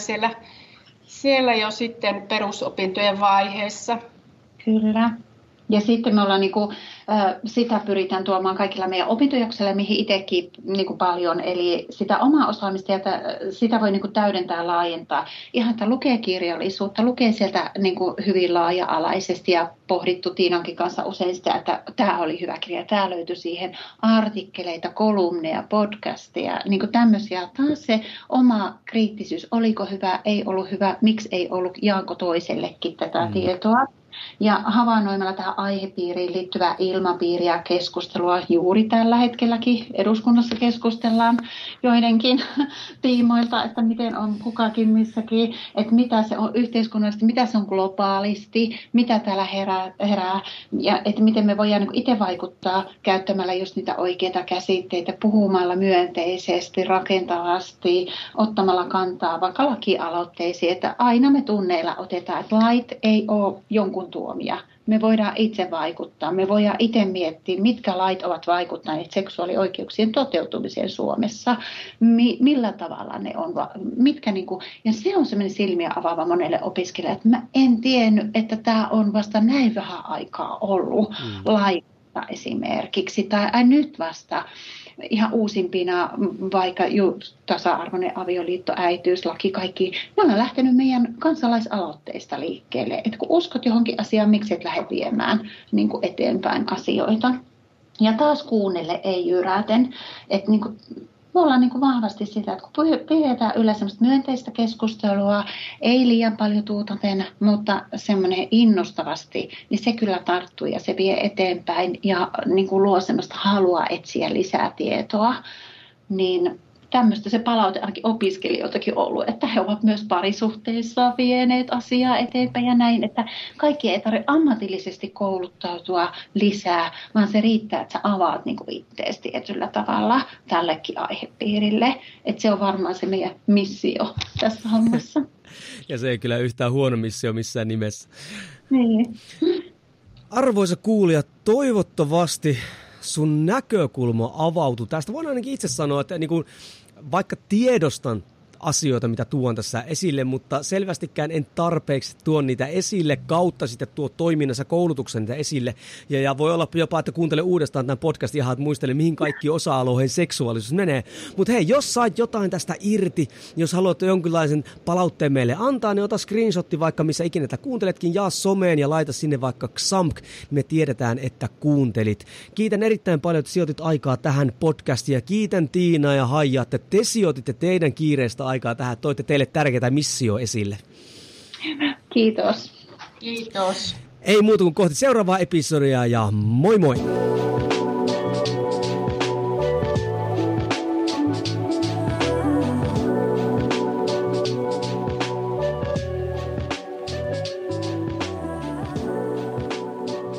siellä jo sitten perusopintojen vaiheessa. Kyllä. Ja sitten me ollaan sitä pyritään tuomaan kaikilla meidän opintojaksoilla, mihin itsekin paljon, eli sitä omaa osaamista, ja sitä voi täydentää ja laajentaa. Ihan, että lukee kirjallisuutta, lukee sieltä hyvin laaja-alaisesti ja pohdittu Tiinankin kanssa usein sitä, että tämä oli hyvä kirja, tämä löytyi siihen artikkeleita, kolumneja, podcasteja, tämmöisiä. Taas se oma kriittisyys, oliko hyvä, ei ollut hyvä, miksi ei ollut, jaanko toisellekin tätä tietoa. Ja havainnoimalla tähän aihepiiriin liittyvää ilmapiiriä ja keskustelua juuri tällä hetkelläkin eduskunnassa keskustellaan joidenkin tiimoilta, että miten on kukakin missäkin, että mitä se on yhteiskunnallisesti, mitä se on globaalisti, mitä täällä herää ja että miten me voidaan itse vaikuttaa käyttämällä just niitä oikeita käsitteitä, puhumalla myönteisesti, rakentavasti, ottamalla kantaa vaikka lakialoitteisiin, että aina me tunneilla otetaan, että lait ei ole jonkun tuomia. Me voidaan itse vaikuttaa, me voidaan itse miettiä, mitkä lait ovat vaikuttaneet seksuaalioikeuksien toteutumiseen Suomessa, millä tavalla ne on, ja se on semmoinen silmiä avaava monelle opiskelijalle, että mä en tiennyt, että tämä on vasta näin vähän aikaa ollut lailla esimerkiksi, tai nyt vasta ihan uusimpina, vaikka tasa-arvoinen avioliitto, äitiyslaki, kaikki, ne on lähtenyt meidän kansalaisaloitteista liikkeelle. Että kun uskot johonkin asiaan, miksi et lähde viemään eteenpäin asioita. Ja taas kuunnelle ei jyräten. Että me ollaan vahvasti sitä, että kun pidetään yllä semmoista myönteistä keskustelua, ei liian paljon tuutaten, mutta semmoinen innostavasti, niin se kyllä tarttuu ja se vie eteenpäin ja luo semmoista halua etsiä lisää tietoa. Niin tämmöistä se palaute ainakin opiskelijoiltakin ollut, että he ovat myös parisuhteissa vieneet asiaa eteenpäin ja näin, että kaikki ei tarvitse ammatillisesti kouluttautua lisää, vaan se riittää, että sä avaat niin kuin itteesi tietyllä tavalla tällekin aihepiirille. Että se on varmaan se meidän missio tässä hommassa. Ja se ei kyllä yhtään huono missio missään nimessä. Niin. Arvoisa kuulija, toivottavasti sun näkökulma avautui tästä. Voin ainakin itse sanoa, että niin kuin, vaikka tiedostan asioita, mitä tuon tässä esille, mutta selvästikään en tarpeeksi tuon niitä esille, kautta sitten tuo toiminnassa koulutuksen niitä esille. Ja voi olla jopa, että kuuntele uudestaan tämän podcastin ihan, että muistele, mihin kaikki osa-alueen seksuaalisuus menee. Mutta hei, jos sait jotain tästä irti, jos haluat jonkinlaisen palautteen meille antaa, niin ota screenshotti vaikka missä ikinä tätä kuunteletkin, jaa someen ja laita sinne vaikka XAMK, niin me tiedetään, että kuuntelit. Kiitän erittäin paljon, että sijoitit aikaa tähän podcastiin ja kiitän Tiina ja Haija, että te sijoititte teidän kiireestä aikaa tähän, toitte teille tärkeää missio esille. Kiitos. Kiitos. Ei muuta kuin kohti seuraavaa episodia ja moi moi!